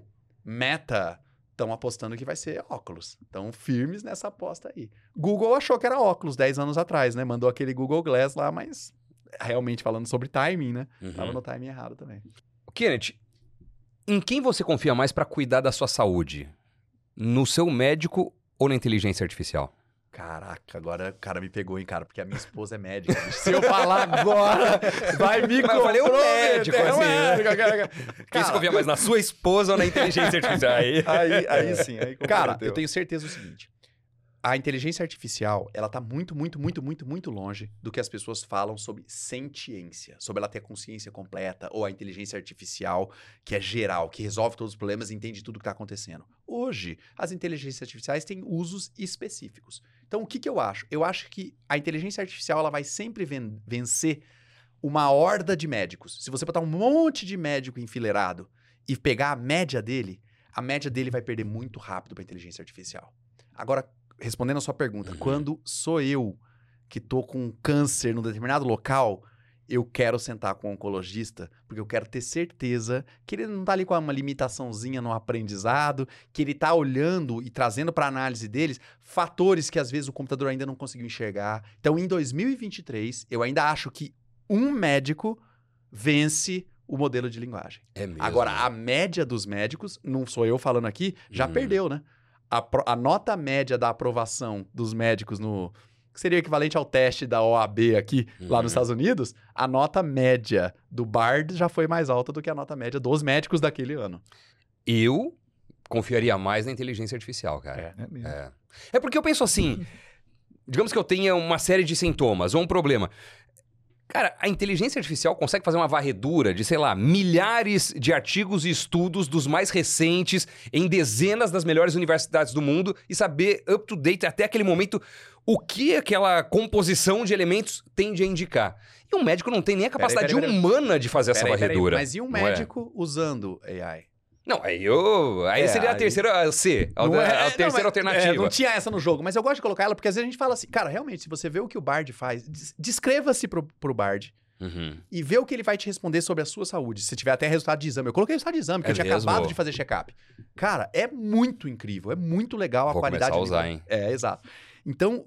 Meta, estão apostando que vai ser óculos. Estão firmes nessa aposta aí. Google achou que era óculos 10 anos atrás, né? Mandou aquele Google Glass lá, mas realmente falando sobre timing, né? Tava no timing errado também. Kenneth, em quem você confia mais para cuidar da sua saúde? No seu médico ou na inteligência artificial? Caraca, agora o cara me pegou, hein, cara? Porque a minha esposa é médica. Se eu falar agora, vai me Mas eu falei o médico, assim. Médico, cara. Quem se confia mais, na sua esposa ou na inteligência artificial? Aí sim. Aí cara, eu tenho certeza do seguinte. A inteligência artificial, ela tá muito, muito, muito, muito, muito longe do que as pessoas falam sobre sentiência, sobre ela ter consciência completa, ou a inteligência artificial, que é geral, que resolve todos os problemas e entende tudo o que está acontecendo. Hoje, as inteligências artificiais têm usos específicos. Então, o que eu acho? Eu acho que a inteligência artificial ela vai sempre vencer uma horda de médicos. Se você botar um monte de médico enfileirado e pegar a média dele vai perder muito rápido para a inteligência artificial. Agora, respondendo a sua pergunta, quando sou eu que tô com câncer num determinado local, eu quero sentar com um oncologista, porque eu quero ter certeza que ele não tá ali com uma limitaçãozinha no aprendizado, que ele tá olhando e trazendo para análise deles fatores que às vezes o computador ainda não conseguiu enxergar. Então, em 2023, eu ainda acho que um médico vence o modelo de linguagem. É mesmo. Agora, a média dos médicos, não sou eu falando aqui, já perdeu, né? A nota média da aprovação dos médicos que seria equivalente ao teste da OAB aqui, lá nos Estados Unidos, a nota média do Bard já foi mais alta do que a nota média dos médicos daquele ano. Eu confiaria mais na inteligência artificial, cara. É porque eu penso assim, digamos que eu tenha uma série de sintomas ou um problema. Cara, a inteligência artificial consegue fazer uma varredura de, sei lá, milhares de artigos e estudos dos mais recentes em dezenas das melhores universidades do mundo e saber up to date até aquele momento o que aquela composição de elementos tende a indicar. E um médico não tem nem a capacidade humana de fazer essa varredura. Mas e um médico usando AI? Não, aí seria a terceira C, a terceira alternativa. Não tinha essa no jogo, mas eu gosto de colocar ela porque às vezes a gente fala assim, cara, realmente, se você vê o que o Bard faz, descreva-se pro Bard e vê o que ele vai te responder sobre a sua saúde, se tiver até resultado de exame. Eu coloquei resultado de exame, porque eu tinha acabado de fazer check-up. Cara, é muito incrível, é muito legal a qualidade. Vou começar a usar, hein? Exato. Então,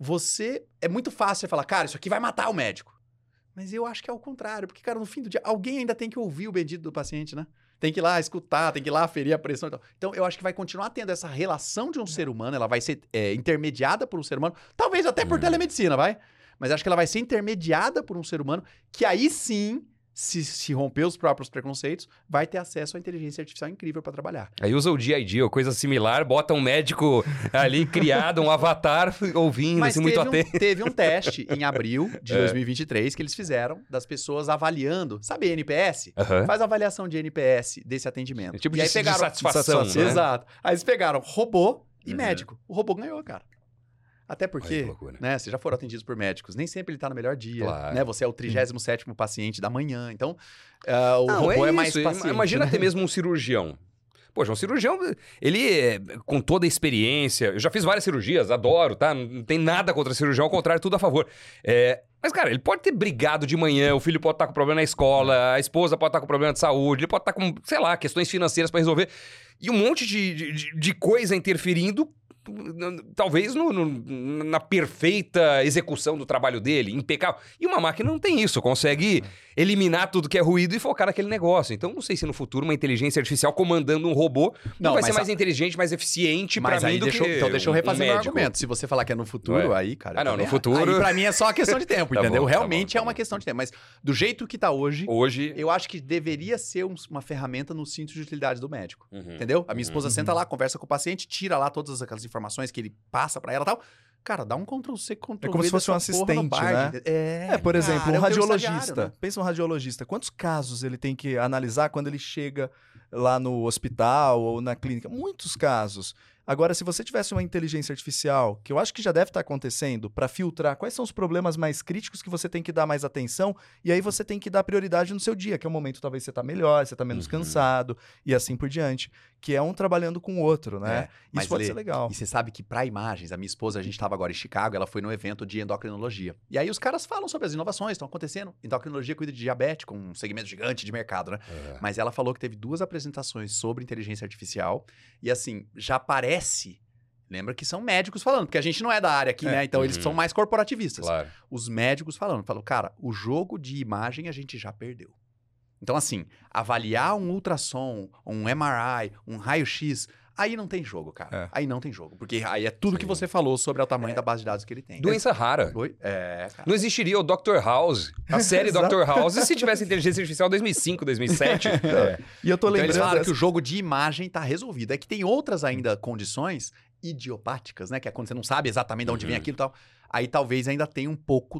é muito fácil você falar, cara, isso aqui vai matar o médico. Mas eu acho que é o contrário, porque, cara, no fim do dia, alguém ainda tem que ouvir o bendito do paciente, né? Tem que ir lá escutar, tem que ir lá aferir a pressão e tal. Então, eu acho que vai continuar tendo essa relação de um ser humano, ela vai ser intermediada por um ser humano, talvez até por telemedicina, vai? Mas acho que ela vai ser intermediada por um ser humano, que aí sim se romper os próprios preconceitos, vai ter acesso à inteligência artificial incrível para trabalhar. Aí usa o DID ou coisa similar, bota um médico ali criado, um avatar ouvindo, mas assim, muito atento. Teve um teste em abril de 2023 que eles fizeram das pessoas avaliando, sabe NPS? Faz a avaliação de NPS desse atendimento. Tipo e aí pegaram de satisfação, né? Exato. Aí eles pegaram robô e médico. O robô ganhou, cara. Até porque, né, vocês já foram atendidos por médicos, nem sempre ele tá no melhor dia, né? Você é o 37º paciente da manhã, então o robô é mais paciente. Imagina até mesmo um cirurgião. Poxa, um cirurgião, ele com toda a experiência, eu já fiz várias cirurgias, adoro, tá? Não tem nada contra cirurgião, ao contrário, tudo a favor. Mas, cara, ele pode ter brigado de manhã, o filho pode estar com problema na escola, a esposa pode estar com problema de saúde, ele pode estar com, sei lá, questões financeiras para resolver, e um monte de coisa interferindo, talvez na perfeita execução do trabalho dele, impecável. E uma máquina não tem isso, consegue eliminar tudo que é ruído e focar naquele negócio. Então, não sei se no futuro uma inteligência artificial comandando um robô não vai ser mais inteligente, mais eficiente pra mim do que Então, deixa eu refazer meu argumento. Se você falar que é no futuro, aí, cara... Ah, não, no futuro... Aí, pra mim, é só uma questão de tempo, entendeu? Realmente é uma questão de tempo. Mas, do jeito que tá hoje, eu acho que deveria ser uma ferramenta no cinto de utilidade do médico, entendeu? A minha esposa senta lá, conversa com o paciente, tira lá todas aquelas informações que ele passa pra ela e tal. Cara, dá um Ctrl-C, Ctrl-V. É como se fosse um assistente, né? Por exemplo, um radiologista. Pensa um radiologista. Quantos casos ele tem que analisar quando ele chega lá no hospital ou na clínica? Muitos casos. Agora, se você tivesse uma inteligência artificial, que eu acho que já deve estar acontecendo, para filtrar quais são os problemas mais críticos que você tem que dar mais atenção, e aí você tem que dar prioridade no seu dia, que é o momento talvez você está melhor, você está menos cansado, e assim por diante. Que é um trabalhando com o outro, né? Isso pode ser legal. E você sabe que para imagens, a minha esposa, a gente estava agora em Chicago, ela foi num evento de endocrinologia. E aí os caras falam sobre as inovações que estão acontecendo. Endocrinologia cuida de diabetes, com um segmento gigante de mercado, né? Mas ela falou que teve 2 apresentações sobre inteligência artificial, e assim, já parece... Lembra que são médicos falando, porque a gente não é da área aqui, né? Então eles são mais corporativistas. Claro. Os médicos falam, cara, o jogo de imagem a gente já perdeu. Então, assim, avaliar um ultrassom, um MRI, um raio-x, aí não tem jogo, cara. Aí não tem jogo. Porque aí é tudo que você falou sobre o tamanho da base de dados que ele tem. Doença rara. Cara. Não existiria o Dr. House, a série Dr. House, se tivesse inteligência artificial em 2005, 2007. E eu tô lembrando... Então eles falaram que o jogo de imagem tá resolvido. É que tem outras ainda condições idiopáticas, né? Que é quando você não sabe exatamente de onde vem aquilo e tal. Aí talvez ainda tenha um pouco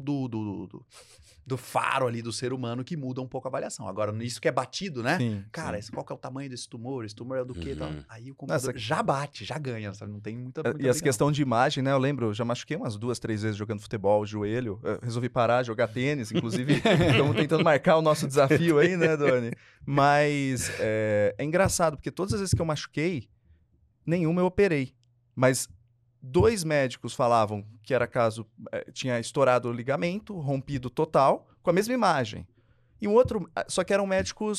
do faro ali do ser humano que muda um pouco a avaliação. Agora, nisso que é batido, né? Cara, qual que é o tamanho desse tumor? Esse tumor é do quê? Tal? Aí o computador já bate, já ganha, sabe? Não tem muita E essa questão de imagem, né? Eu lembro, eu já machuquei umas 2, 3 vezes jogando futebol, joelho. Eu resolvi parar, jogar tênis, inclusive. Estamos tentando marcar o nosso desafio aí, né, Doni? Mas é engraçado, porque todas as vezes que eu machuquei, nenhuma eu operei. Mas 2 médicos falavam que era caso... tinha estourado o ligamento, rompido total, com a mesma imagem. E um outro... Só que eram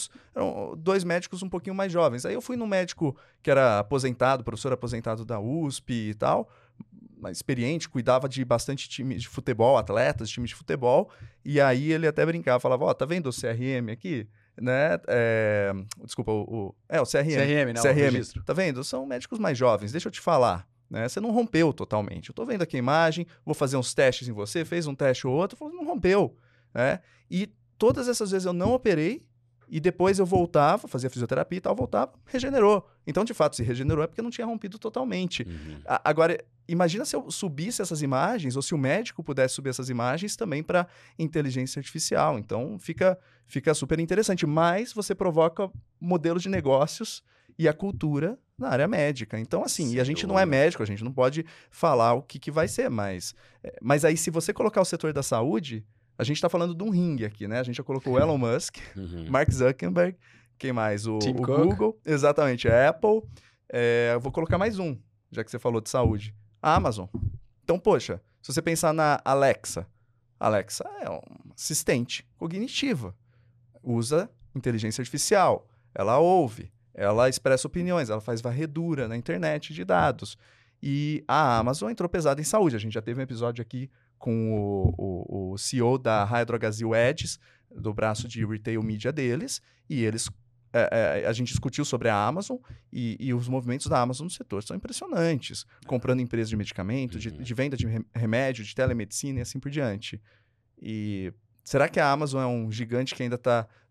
2 médicos um pouquinho mais jovens. Aí eu fui num médico que era aposentado, professor aposentado da USP e tal, mais experiente, cuidava de bastante time de futebol, atletas, time de futebol. E aí ele até brincava, falava, tá vendo o CRM aqui? Né? Desculpa, o CRM. CRM, né? CRM. O registro. Tá vendo? São médicos mais jovens, deixa eu te falar. Né? Você não rompeu totalmente. Eu tô vendo aqui a imagem, vou fazer uns testes em você, fez um teste ou outro, falou, não rompeu. Né? E todas essas vezes eu não operei, e depois eu voltava, fazia fisioterapia e tal, voltava, regenerou. Então, de fato, se regenerou é porque não tinha rompido totalmente. Agora, imagina se eu subisse essas imagens, ou se o médico pudesse subir essas imagens também para inteligência artificial. Então, fica super interessante. Mas você provoca modelos de negócios e a cultura na área médica. Então, assim, e a gente não é médico, a gente não pode falar o que vai ser, mas aí, se você colocar o setor da saúde... A gente está falando de um ringue aqui, né? A gente já colocou o Elon Musk, Mark Zuckerberg, quem mais? O Google, exatamente, a Apple. Eu vou colocar mais um, já que você falou de saúde. A Amazon. Então, poxa, se você pensar na Alexa, Alexa é uma assistente cognitiva. Usa inteligência artificial. Ela ouve, ela expressa opiniões, ela faz varredura na internet de dados. E a Amazon entrou pesada em saúde. A gente já teve um episódio aqui com o CEO da Hydrogazil Edge, do braço de retail media deles, e eles a gente discutiu sobre a Amazon e os movimentos da Amazon no setor são impressionantes, comprando empresas de medicamento, de venda de remédio, de telemedicina e assim por diante. E será que a Amazon é um gigante que ainda está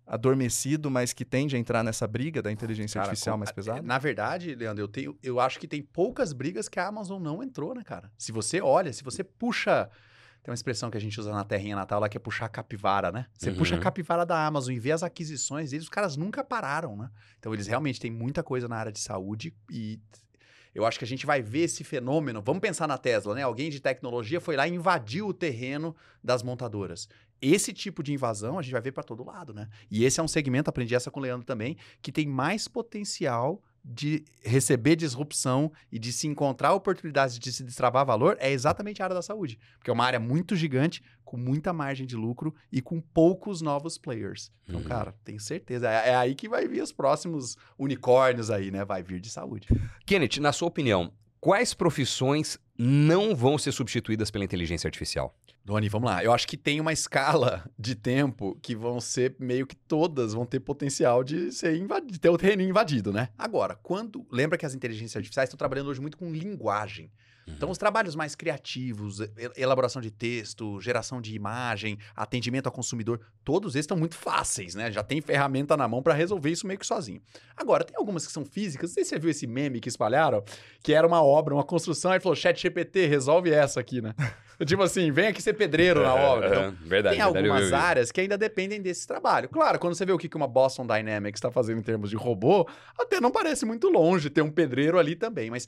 adormecido, mas que tende a entrar nessa briga da inteligência artificial mais pesada? Na verdade, Leandro, eu acho que tem poucas brigas que a Amazon não entrou, né, cara? Se você olha, se você puxa... Tem uma expressão que a gente usa na terrinha natal lá, que é puxar a capivara, né? Você puxa a capivara da Amazon e vê as aquisições deles, os caras nunca pararam, né? Então, eles realmente têm muita coisa na área de saúde e eu acho que a gente vai ver esse fenômeno. Vamos pensar na Tesla, né? Alguém de tecnologia foi lá e invadiu o terreno das montadoras. Esse tipo de invasão a gente vai ver para todo lado, né? E esse é um segmento, aprendi essa com o Leandro também, que tem mais potencial de receber disrupção e de se encontrar oportunidades de se destravar valor, é exatamente a área da saúde. Porque é uma área muito gigante, com muita margem de lucro e com poucos novos players. Então, cara, tenho certeza. É aí que vai vir os próximos unicórnios aí, né? Vai vir de saúde. Kenneth, na sua opinião, quais profissões não vão ser substituídas pela inteligência artificial? Doni, vamos lá. Eu acho que tem uma escala de tempo que vão ser meio que todas vão ter potencial de de ter o terreno invadido, né? Agora, lembra que as inteligências artificiais estão trabalhando hoje muito com linguagem. Então, os trabalhos mais criativos, elaboração de texto, geração de imagem, atendimento ao consumidor, todos eles estão muito fáceis, né? Já tem ferramenta na mão para resolver isso meio que sozinho. Agora, tem algumas que são físicas. Não sei se você viu esse meme que espalharam, que era uma obra, uma construção, aí falou, ChatGPT, resolve essa aqui, né? Tipo assim, vem aqui ser pedreiro na obra. Então, verdade, tem algumas áreas que ainda dependem desse trabalho. Claro, quando você vê o que uma Boston Dynamics está fazendo em termos de robô, até não parece muito longe ter um pedreiro ali também, mas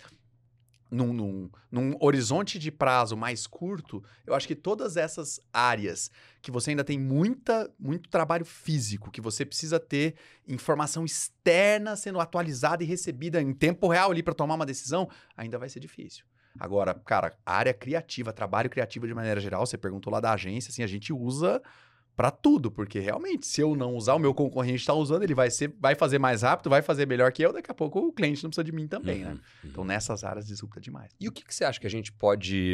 num horizonte de prazo mais curto, eu acho que todas essas áreas que você ainda tem muito trabalho físico, que você precisa ter informação externa sendo atualizada e recebida em tempo real ali para tomar uma decisão, ainda vai ser difícil. Agora, cara, a área criativa, trabalho criativo de maneira geral, você perguntou lá da agência, assim, a gente usa para tudo, porque realmente, se eu não usar, o meu concorrente está usando, ele vai fazer mais rápido, vai fazer melhor que eu, daqui a pouco o cliente não precisa de mim também, né? Então, nessas áreas disrupta demais. E o que você acha que a gente pode...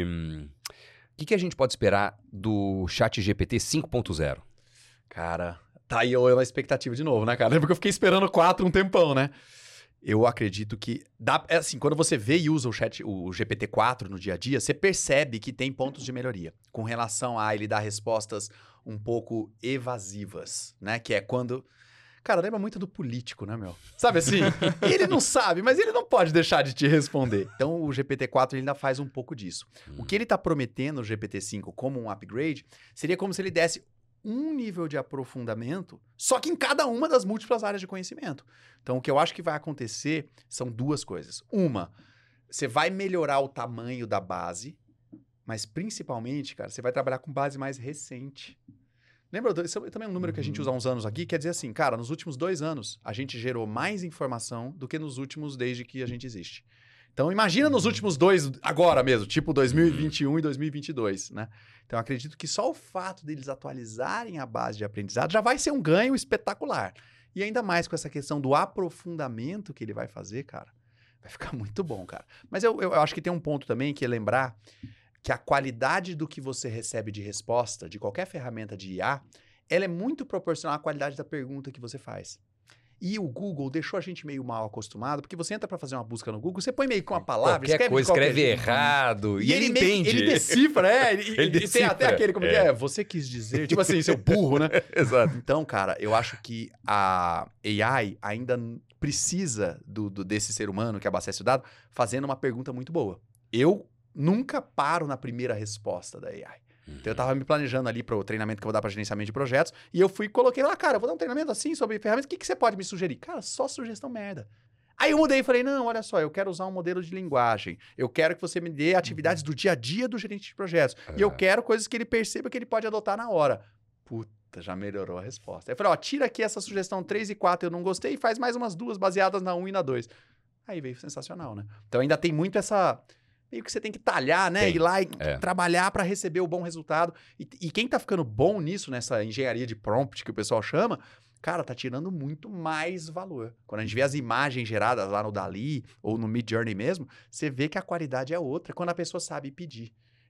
O que a gente pode esperar do ChatGPT 5.0? Cara, tá aí eu na expectativa de novo, né, cara? Porque eu fiquei esperando 4 um tempão, né? Eu acredito que... assim, quando você vê e usa o GPT-4 no dia a dia, você percebe que tem pontos de melhoria. Com relação a ele dar respostas um pouco evasivas, né? Que é quando... Cara, lembra muito do político, né, meu? Sabe assim? Ele não sabe, mas ele não pode deixar de te responder. Então, o GPT-4 ele ainda faz um pouco disso. O que ele tá prometendo no GPT-5 como um upgrade seria como se ele desse um nível de aprofundamento, só que em cada uma das múltiplas áreas de conhecimento. Então, o que eu acho que vai acontecer são duas coisas. Uma, você vai melhorar o tamanho da base, mas principalmente, cara, você vai trabalhar com base mais recente. Lembra? Isso também é um número que a gente usa há uns anos aqui, quer dizer assim, cara, nos últimos 2 anos, a gente gerou mais informação do que nos últimos desde que a gente existe. Então, imagina nos últimos 2, agora mesmo, tipo 2021 e 2022, né? Então, eu acredito que só o fato deles atualizarem a base de aprendizado já vai ser um ganho espetacular. E ainda mais com essa questão do aprofundamento que ele vai fazer, cara, vai ficar muito bom, cara. Mas eu acho que tem um ponto também que é lembrar que a qualidade do que você recebe de resposta de qualquer ferramenta de IA, ela é muito proporcional à qualidade da pergunta que você faz. E o Google deixou a gente meio mal acostumado, porque você entra para fazer uma busca no Google, você põe meio que uma palavra, escreve errado, e ele entende. Ele decifra, ele decifra. E tem até aquele, como que é? Você quis dizer, tipo assim, seu burro, né? Exato. Então, cara, eu acho que a AI ainda precisa desse ser humano que abastece o dado, fazendo uma pergunta muito boa. Eu nunca paro na primeira resposta da AI. Então, eu tava me planejando ali para o treinamento que eu vou dar para gerenciamento de projetos, e eu coloquei lá, cara, eu vou dar um treinamento assim sobre ferramentas, o que você pode me sugerir? Cara, só sugestão merda. Aí eu mudei e falei, não, olha só, eu quero usar um modelo de linguagem, eu quero que você me dê atividades do dia a dia do gerente de projetos, e eu quero coisas que ele perceba que ele pode adotar na hora. Puta, já melhorou a resposta. Aí eu falei, ó, tira aqui essa sugestão 3 e 4, eu não gostei, e faz mais umas 2 baseadas na 1 e na 2. Aí veio sensacional, né? Então ainda tem muito essa... meio que você tem que talhar, né? Ir lá e trabalhar para receber o bom resultado. E quem tá ficando bom nisso, nessa engenharia de prompt que o pessoal chama, cara, tá tirando muito mais valor. Quando a gente vê as imagens geradas lá no DALL-E ou no Midjourney mesmo, você vê que a qualidade é outra quando a pessoa sabe pedir.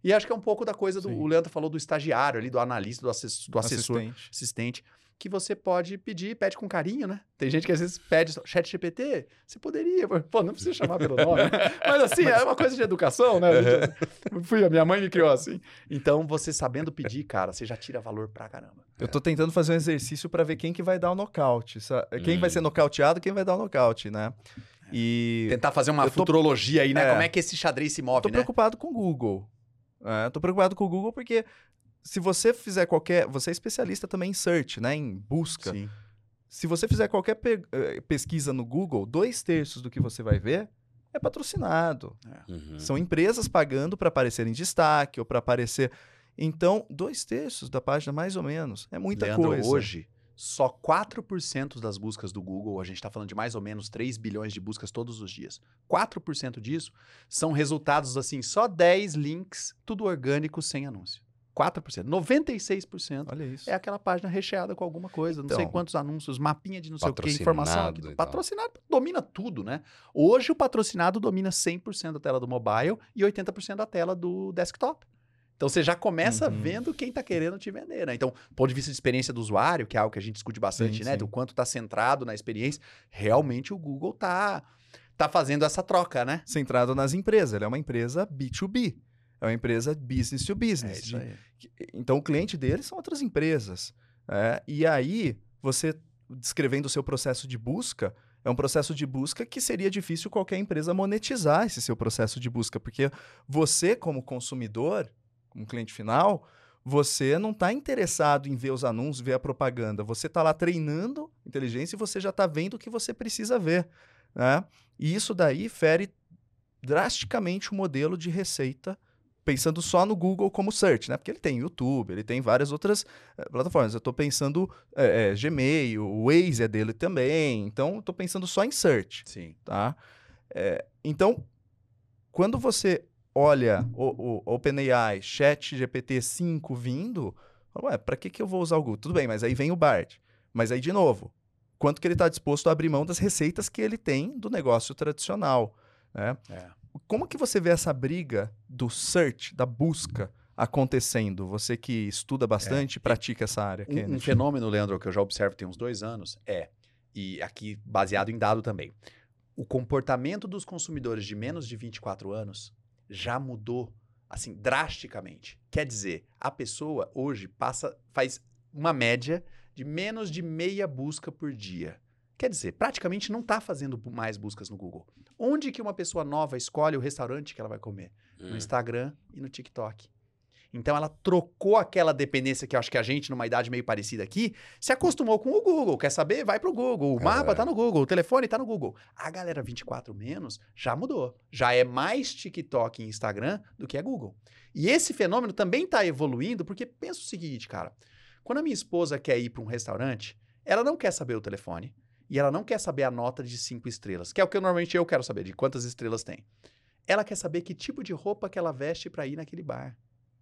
E acho que é um pouco da coisa Sim. o Leandro falou do estagiário ali, do analista, do assessor, assistente, que você pede com carinho, né? Tem gente que às vezes pede ChatGPT, você poderia, pô, não precisa chamar pelo nome, né? Mas assim, é uma coisa de educação, né? A minha mãe me criou assim. Então, você sabendo pedir, cara, você já tira valor pra caramba. Eu tô tentando fazer um exercício para ver quem que vai dar o nocaute. Quem vai ser nocauteado, quem vai dar o nocaute, né? E tentar fazer uma futurologia aí, né? Como é que esse xadrez se move, tô preocupado com o Google. Tô preocupado com o Google porque se você fizer você é especialista também em search, né? Em busca. Sim. Se você fizer qualquer pesquisa no Google, 2/3 do que você vai ver é patrocinado. São empresas pagando para aparecer em destaque ou para aparecer... Então, 2/3 da página, mais ou menos, é muita Leandro, coisa. Hoje, só 4% das buscas do Google, a gente está falando de mais ou menos 3 bilhões de buscas todos os dias. 4% disso são resultados, assim, só 10 links, tudo orgânico, sem anúncio. 4%. 96% Olha isso. é aquela página recheada com alguma coisa, não sei quantos anúncios, mapinha de não sei o que, informação aqui. Patrocinado domina tudo, né? Hoje o patrocinado domina 100% da tela do mobile e 80% da tela do desktop. Então, você já começa vendo quem está querendo te vender, né? Então, do ponto de vista de experiência do usuário, que é algo que a gente discute bastante, né? Do quanto está centrado na experiência, realmente o Google tá fazendo essa troca, né? Centrado nas empresas. Ele é uma empresa B2B. É uma empresa business to business. É isso aí. Então, o cliente deles são outras empresas. E aí, você descrevendo o seu processo de busca, é um processo de busca que seria difícil qualquer empresa monetizar esse seu processo de busca, porque você, como consumidor, como cliente final, você não está interessado em ver os anúncios, ver a propaganda. Você está lá treinando inteligência e você já está vendo o que você precisa ver, né? E isso daí fere drasticamente o modelo de receita, pensando só no Google como search, né? Porque ele tem YouTube, ele tem várias outras plataformas. Eu estou pensando Gmail, o Waze é dele também. Então, eu estou pensando só em search. Sim. Tá? Então, quando você olha o OpenAI, ChatGPT 5 vindo, para que eu vou usar o Google? Tudo bem, mas aí vem o Bard. Mas aí, de novo, quanto que ele está disposto a abrir mão das receitas que ele tem do negócio tradicional, né? Como que você vê essa briga do search, da busca, acontecendo? Você que estuda bastante e pratica essa área. Um fenômeno, Leandro, que eu já observo tem uns 2 anos, e aqui baseado em dado também, o comportamento dos consumidores de menos de 24 anos já mudou, assim, drasticamente. Quer dizer, a pessoa hoje faz uma média de menos de meia busca por dia. Quer dizer, praticamente não está fazendo mais buscas no Google. Onde que uma pessoa nova escolhe o restaurante que ela vai comer? No Instagram e no TikTok. Então, ela trocou aquela dependência que eu acho que a gente, numa idade meio parecida aqui, se acostumou com o Google. Quer saber? Vai pro Google. O mapa tá no Google. O telefone tá no Google. A galera 24 menos já mudou. Já é mais TikTok e Instagram do que é Google. E esse fenômeno também tá evoluindo, porque pensa o seguinte, cara. Quando a minha esposa quer ir para um restaurante, ela não quer saber o telefone e ela não quer saber a nota de 5 estrelas, que é o que normalmente eu quero saber, de quantas estrelas tem. Ela quer saber que tipo de roupa que ela veste para ir naquele bar.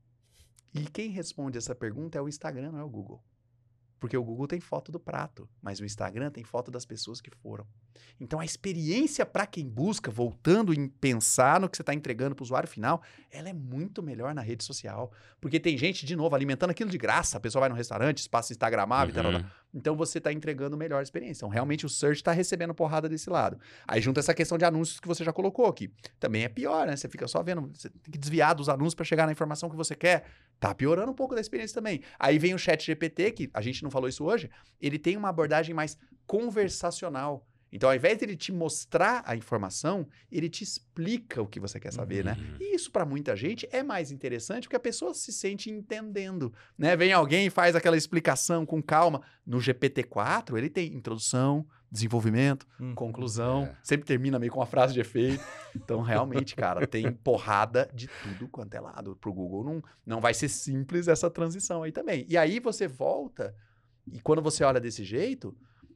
E quem responde essa pergunta é o Instagram, não é o Google. Porque o Google tem foto do prato, mas o Instagram tem foto das pessoas que foram. Então, a experiência para quem busca, voltando em pensar no que você está entregando para o usuário final, ela é muito melhor na rede social. Porque tem gente, de novo, alimentando aquilo de graça. A pessoa vai no restaurante, espaço instagramável e tal. Então, você está entregando melhor experiência. Então, realmente, o search está recebendo porrada desse lado. Aí, junta essa questão de anúncios que você já colocou aqui. Também é pior, né? Você fica só vendo, você tem que desviar dos anúncios para chegar na informação que você quer. Tá piorando um pouco da experiência também. Aí vem o ChatGPT, que a gente não falou isso hoje, ele tem uma abordagem mais conversacional. Então, ao invés de ele te mostrar a informação, ele te explica o que você quer saber, né? E isso, para muita gente, é mais interessante porque a pessoa se sente entendendo, né? Vem alguém e faz aquela explicação com calma. No GPT-4, ele tem introdução, desenvolvimento, conclusão. Sempre termina meio com uma frase de efeito. Então, realmente, cara, tem porrada de tudo quanto é lado. Pro Google não vai ser simples essa transição aí também. E aí você volta, e quando você olha desse jeito,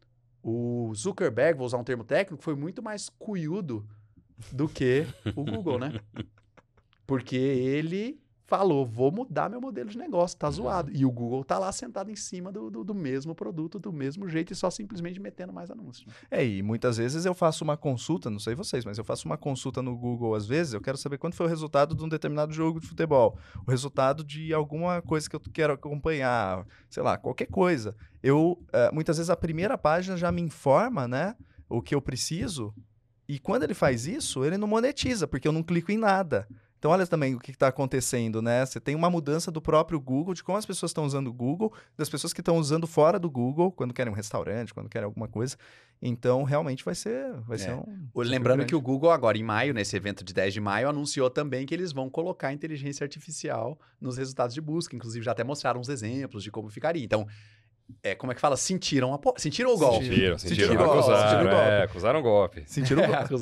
o Zuckerberg, vou usar um termo técnico, foi muito mais cuiudo do que o Google, né? Porque ele falou, vou mudar meu modelo de negócio, tá zoado. E o Google tá lá sentado em cima do mesmo produto, do mesmo jeito, e só simplesmente metendo mais anúncios. E muitas vezes eu faço uma consulta, não sei vocês, mas eu faço uma consulta no Google, às vezes, eu quero saber quanto foi o resultado de um determinado jogo de futebol, o resultado de alguma coisa que eu quero acompanhar, sei lá, qualquer coisa. Muitas vezes a primeira página já me informa, né, o que eu preciso, e quando ele faz isso, ele não monetiza, porque eu não clico em nada. Então, olha também o que está acontecendo, né? Você tem uma mudança do próprio Google, de como as pessoas estão usando o Google, das pessoas que estão usando fora do Google, quando querem um restaurante, quando querem alguma coisa. Então, realmente vai ser um... Lembrando que o Google agora, em maio, nesse evento de 10 de maio, anunciou também que eles vão colocar inteligência artificial nos resultados de busca. Inclusive, já até mostraram uns exemplos de como ficaria. Então, como é que fala? Sentiram o golpe. Sentiram o golpe. Acusaram o golpe. Sentiram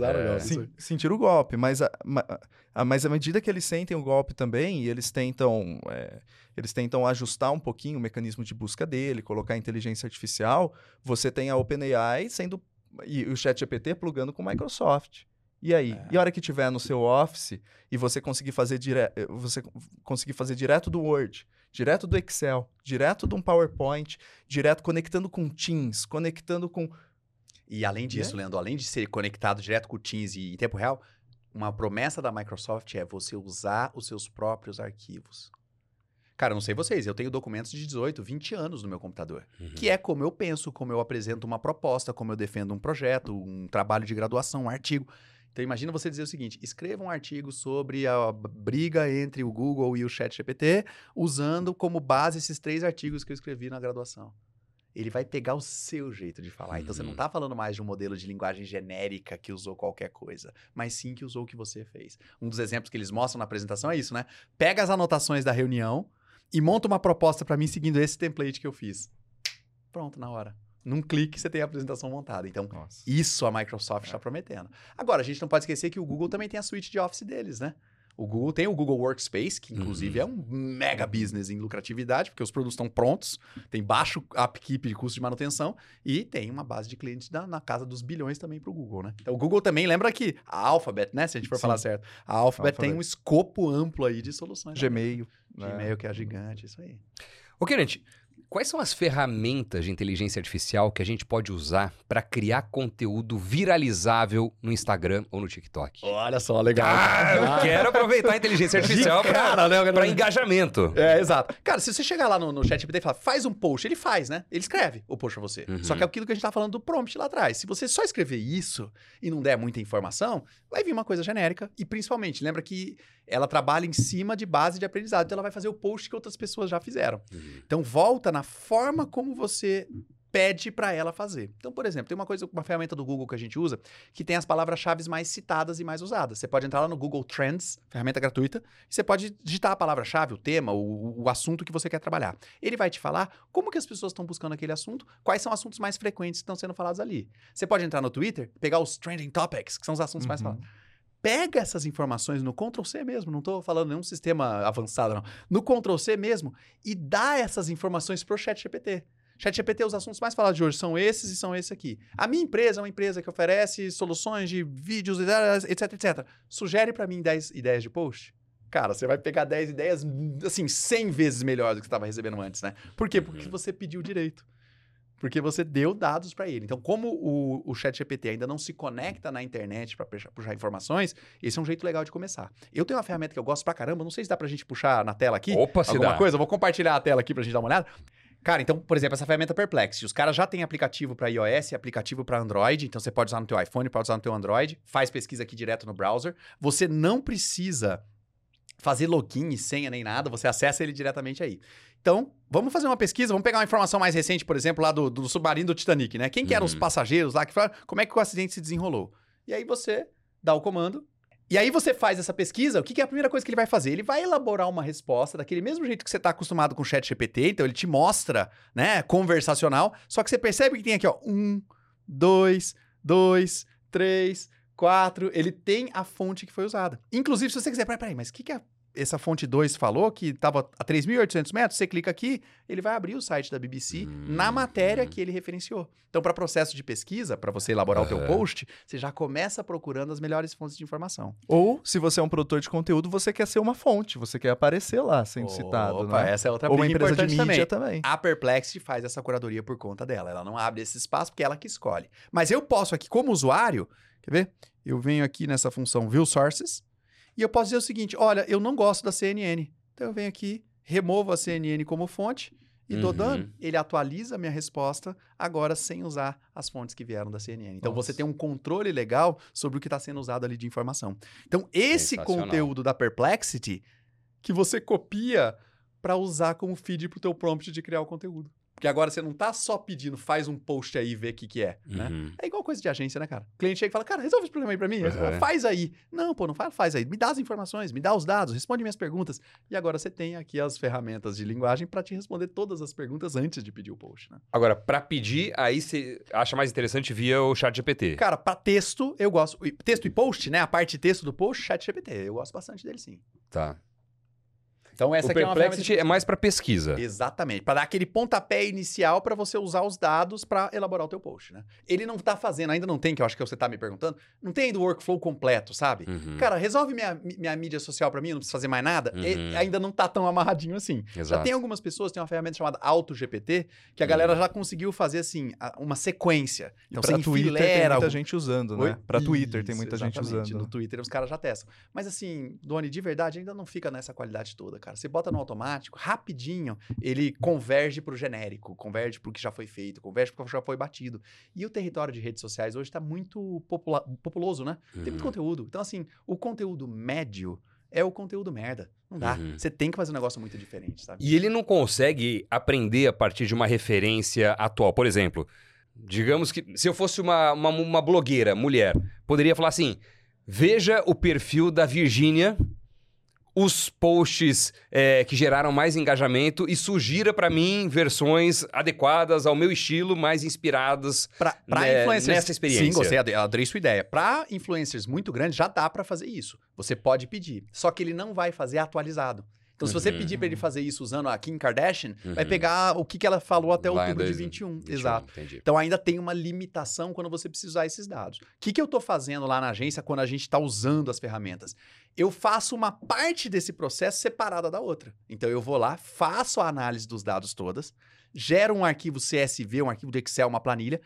o golpe. Mas à medida que eles sentem o golpe também, e eles tentam ajustar um pouquinho o mecanismo de busca dele, colocar inteligência artificial, você tem a OpenAI e o ChatGPT plugando com o Microsoft. E aí? E a hora que tiver no seu Office e você conseguir fazer direto do Word, direto do Excel, direto de um PowerPoint, direto conectando com Teams, conectando com... E além disso, Leandro, além de ser conectado direto com o Teams e em tempo real, uma promessa da Microsoft é você usar os seus próprios arquivos. Cara, eu não sei vocês, eu tenho documentos de 18, 20 anos no meu computador, que é como eu penso, como eu apresento uma proposta, como eu defendo um projeto, um trabalho de graduação, um artigo. Então, imagina você dizer o seguinte, escreva um artigo sobre a briga entre o Google e o ChatGPT, usando como base esses 3 artigos que eu escrevi na graduação. Ele vai pegar o seu jeito de falar. Então, você não está falando mais de um modelo de linguagem genérica que usou qualquer coisa, mas sim que usou o que você fez. Um dos exemplos que eles mostram na apresentação é isso, né? Pega as anotações da reunião e monta uma proposta para mim seguindo esse template que eu fiz. Pronto, na hora. Num clique, você tem a apresentação montada. Então, isso a Microsoft está prometendo. Agora, a gente não pode esquecer que o Google também tem a suite de Office deles, né? O Google tem o Google Workspace, que inclusive é um mega business em lucratividade, porque os produtos estão prontos, tem baixo upkeep de custo de manutenção e tem uma base de clientes na casa dos bilhões também para o Google, né? Então, o Google também, lembra que a Alphabet, né? Se a gente for falar certo, a Alphabet tem um escopo amplo aí de soluções. Gmail. Gmail, que é gigante, isso aí. Ô, Kenneth, quais são as ferramentas de inteligência artificial que a gente pode usar para criar conteúdo viralizável no Instagram ou no TikTok? Olha só, legal. Eu quero aproveitar a inteligência artificial para engajamento. Exato. Cara, se você chegar lá no ChatGPT e falar, faz um post, ele faz, né? Ele escreve o post pra você. Só que é aquilo que a gente tá falando do prompt lá atrás. Se você só escrever isso e não der muita informação, vai vir uma coisa genérica. E principalmente, lembra que ela trabalha em cima de base de aprendizado. Então ela vai fazer o post que outras pessoas já fizeram. Então volta na forma como você pede para ela fazer. Então, por exemplo, tem uma ferramenta do Google que a gente usa que tem as palavras-chave mais citadas e mais usadas. Você pode entrar lá no Google Trends, ferramenta gratuita, e você pode digitar a palavra-chave, o tema, o assunto que você quer trabalhar. Ele vai te falar como que as pessoas estão buscando aquele assunto, quais são os assuntos mais frequentes que estão sendo falados ali. Você pode entrar no Twitter, pegar os trending topics, que são os assuntos mais falados. Pega essas informações no Ctrl+C mesmo, não estou falando nenhum sistema avançado, não. No Ctrl+C mesmo, e dá essas informações para o ChatGPT. ChatGPT, os assuntos mais falados de hoje são esses e são esses aqui. A minha empresa é uma empresa que oferece soluções de vídeos, etc, etc. Sugere para mim 10 ideias de post. Cara, você vai pegar 10 ideias, assim, 100 vezes melhores do que você estava recebendo antes, né? Por quê? Porque você pediu direito. Porque você deu dados para ele. Então, como o ChatGPT ainda não se conecta na internet para puxar informações, esse é um jeito legal de começar. Eu tenho uma ferramenta que eu gosto pra caramba, não sei se dá pra gente puxar na tela aqui. Opa, se alguma dá. coisa, eu vou compartilhar a tela aqui pra gente dar uma olhada. Cara, então, por exemplo, essa ferramenta Perplexity, os caras já têm aplicativo para iOS, aplicativo para Android, então você pode usar no teu iPhone, pode usar no teu Android, faz pesquisa aqui direto no browser. Você não precisa fazer login e senha nem nada, você acessa ele diretamente aí. Então, vamos fazer uma pesquisa, vamos pegar uma informação mais recente, por exemplo, lá do submarino do Titanic, né? Quem que eram os passageiros lá, como é que o acidente se desenrolou? E aí você dá o comando, e aí você faz essa pesquisa, o que é a primeira coisa que ele vai fazer? Ele vai elaborar uma resposta daquele mesmo jeito que você está acostumado com o ChatGPT, então ele te mostra, né, conversacional, só que você percebe que tem aqui, ó, 1, 2, 3, 4, ele tem a fonte que foi usada. Inclusive, se você quiser, peraí, mas o que é essa fonte 2 falou que estava a 3.800 metros, você clica aqui, ele vai abrir o site da BBC na matéria que ele referenciou. Então, para processo de pesquisa, para você elaborar o teu post, você já começa procurando as melhores fontes de informação. Ou, se você é um produtor de conteúdo, você quer ser uma fonte, você quer aparecer lá sendo citado. Né? Essa é outra Ou uma empresa de mídia também. A Perplexity faz essa curadoria por conta dela. Ela não abre esse espaço porque é ela que escolhe. Mas eu posso aqui, como usuário, quer ver? Eu venho aqui nessa função View Sources e eu posso dizer o seguinte, olha, eu não gosto da CNN. Então eu venho aqui, removo a CNN como fonte e dou dano. Ele atualiza a minha resposta agora sem usar as fontes que vieram da CNN. Então você tem um controle legal sobre o que está sendo usado ali de informação. Então esse conteúdo da Perplexity que você copia para usar como feed para o teu prompt de criar o conteúdo. Porque agora você não tá só pedindo, faz um post aí e vê o que é, né? É igual coisa de agência, né, cara? O cliente chega e fala, cara, resolve esse problema aí pra mim. Faz aí. Não, pô, não faz aí. Me dá as informações, me dá os dados, responde minhas perguntas. E agora você tem aqui as ferramentas de linguagem pra te responder todas as perguntas antes de pedir o post, né? Agora, pra pedir, aí você acha mais interessante via o ChatGPT. Cara, pra texto, eu gosto. Texto e post, né? A parte de texto do post, ChatGPT. Eu gosto bastante dele, sim. Tá. Então essa aqui é uma Perplexity é mais para pesquisa. Exatamente, para dar aquele pontapé inicial para você usar os dados para elaborar o teu post, né? Ele não tá fazendo, ainda não tem, que eu acho que você tá me perguntando, não tem ainda o workflow completo, sabe? Cara, resolve minha mídia social para mim, eu não preciso fazer mais nada. Ainda não tá tão amarradinho assim. Exato. Já tem algumas pessoas, tem uma ferramenta chamada AutoGPT, que a galera já conseguiu fazer assim, uma sequência. Então para Twitter tem muita gente usando, né? Para Twitter tem muita gente usando. No Twitter os caras já testam. Mas assim, Doni, de verdade ainda não fica nessa qualidade toda, cara. Você bota no automático, rapidinho, ele converge para o genérico, converge para o que já foi feito, converge para o que já foi batido. E o território de redes sociais hoje está muito populoso, né? Tem muito conteúdo. Então, assim, o conteúdo médio é o conteúdo merda. Não dá. Você tem que fazer um negócio muito diferente, sabe? E ele não consegue aprender a partir de uma referência atual. Por exemplo, digamos que se eu fosse uma blogueira, mulher, poderia falar assim, veja o perfil da Virgínia, os posts que geraram mais engajamento e sugira para mim versões adequadas ao meu estilo, mais inspiradas para influencers nessa experiência. Sim, gostei, adorei sua ideia. Para influencers muito grandes, já dá para fazer isso. Você pode pedir, só que ele não vai fazer atualizado. Então, se você pedir para ele fazer isso usando a Kim Kardashian, vai pegar o que ela falou até outubro de 21. Exato. Entendi. Então, ainda tem uma limitação quando você precisa usar esses dados. O que eu estou fazendo lá na agência quando a gente está usando as ferramentas? Eu faço uma parte desse processo separada da outra. Então, eu vou lá, faço a análise dos dados todas, gero um arquivo CSV, um arquivo do Excel, uma planilha,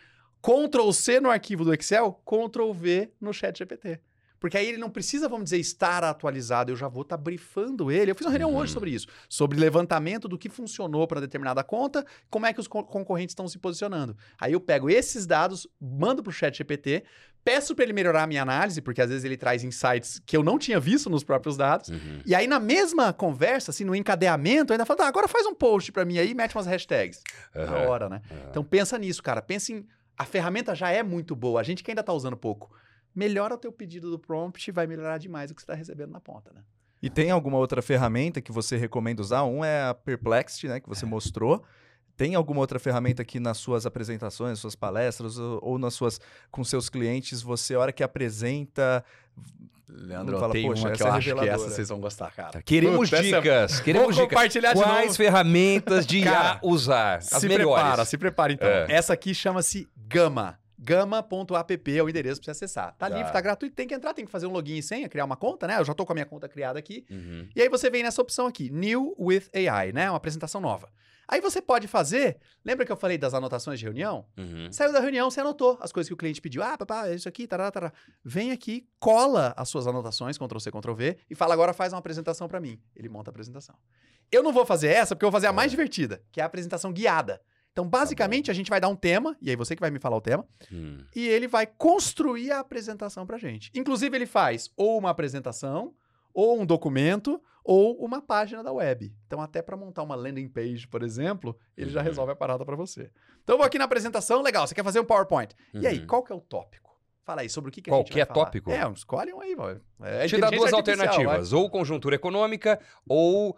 Ctrl+C no arquivo do Excel, Ctrl+V no ChatGPT. Porque aí ele não precisa, vamos dizer, estar atualizado. Eu já vou estar brifando ele. Eu fiz uma reunião hoje sobre isso. Sobre levantamento do que funcionou para determinada conta, como é que os concorrentes estão se posicionando. Aí eu pego esses dados, mando para o ChatGPT, peço para ele melhorar a minha análise, porque às vezes ele traz insights que eu não tinha visto nos próprios dados. E aí na mesma conversa, assim, no encadeamento, eu ainda falo, tá, agora faz um post para mim aí e mete umas hashtags. Na hora, né? Então pensa nisso, cara. Pensa em... A ferramenta já é muito boa. A gente que ainda está usando pouco. Melhora o teu pedido do prompt e vai melhorar demais o que você está recebendo na ponta, né? E tem alguma outra ferramenta que você recomenda usar? Um é a Perplexity, né, que você mostrou. Tem alguma outra ferramenta que nas suas apresentações, suas palestras ou nas suas com seus clientes, você, a hora que apresenta... Leandro, eu tenho uma que eu acho que essa vocês vão gostar, cara. Queremos dicas. Queremos dicas. Compartilhar de quais ferramentas de IA usar? As melhores. Se prepara, então. Essa aqui chama-se Gamma. Gamma.app é o endereço para você acessar. Tá livre, tá gratuito, tem que entrar, tem que fazer um login e senha, criar uma conta, né? Eu já tô com a minha conta criada aqui. E aí você vem nessa opção aqui, New with AI, né? Uma apresentação nova. Aí você pode fazer, lembra que eu falei das anotações de reunião? Saiu da reunião, você anotou as coisas que o cliente pediu. Ah, papá, é isso aqui, tarará, tarará. Vem aqui, cola as suas anotações, Ctrl+C, Ctrl+V, e fala agora faz uma apresentação para mim. Ele monta a apresentação. Eu não vou fazer essa, porque eu vou fazer a mais divertida, que é a apresentação guiada. Então, basicamente, a gente vai dar um tema, e aí você que vai me falar o tema, e ele vai construir a apresentação pra gente. Inclusive, ele faz ou uma apresentação, ou um documento, ou uma página da web. Então, até para montar uma landing page, por exemplo, ele já resolve a parada para você. Então, eu vou aqui na apresentação, legal, você quer fazer um PowerPoint. E aí, qual que é o tópico? Fala aí, sobre o que a gente vai falar. Qualquer tópico? Escolhe um aí, velho. Te dá duas alternativas, ou conjuntura econômica, ou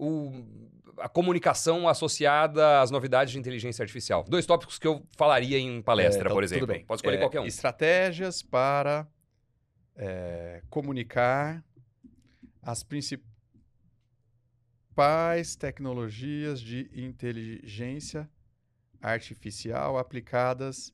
a comunicação associada às novidades de inteligência artificial. 2 tópicos que eu falaria em palestra, então, por exemplo. Tudo bem. Pode escolher qualquer um. Estratégias para comunicar as principais... principais tecnologias de inteligência artificial aplicadas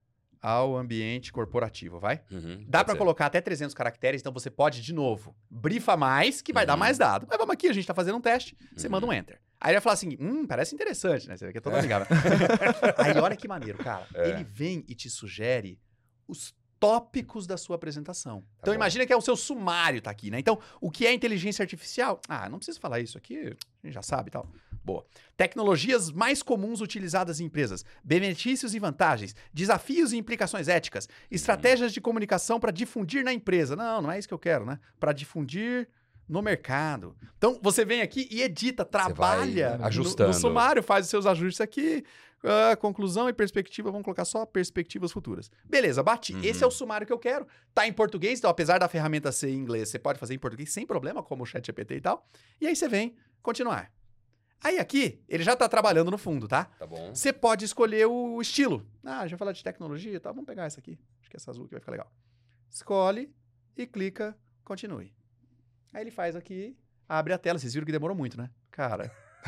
ao ambiente corporativo, vai? Dá para colocar até 300 caracteres, então você pode, de novo, brifa mais, que vai dar mais dado. Mas vamos aqui, a gente tá fazendo um teste, você manda um enter. Aí ele vai falar assim, parece interessante, né? Você vê que é todo amigável. Aí olha que maneiro, cara. Ele vem e te sugere os tópicos da sua apresentação. Então imagina que é o seu sumário tá aqui, né? Então, o que é inteligência artificial? Não preciso falar isso aqui, a gente já sabe e tal. Boa. Tecnologias mais comuns utilizadas em empresas. Benefícios e vantagens. Desafios e implicações éticas. Estratégias de comunicação para difundir na empresa. Não é isso que eu quero, né? Para difundir no mercado. Então, você vem aqui e edita, trabalha ajustando. No sumário, faz os seus ajustes aqui. Conclusão e perspectiva, vamos colocar só perspectivas futuras. Beleza, bati. Esse é o sumário que eu quero. Tá em português, então apesar da ferramenta ser em inglês, você pode fazer em português sem problema, como o ChatGPT e tal. E aí você vem continuar. Aí aqui, ele já tá trabalhando no fundo, tá? Tá bom. Você pode escolher o estilo. Já falar de tecnologia, tá? Vamos pegar essa aqui. Acho que essa azul aqui vai ficar legal. Escolhe e clica, continue. Aí ele faz aqui, abre a tela. Vocês viram que demorou muito, né? Cara...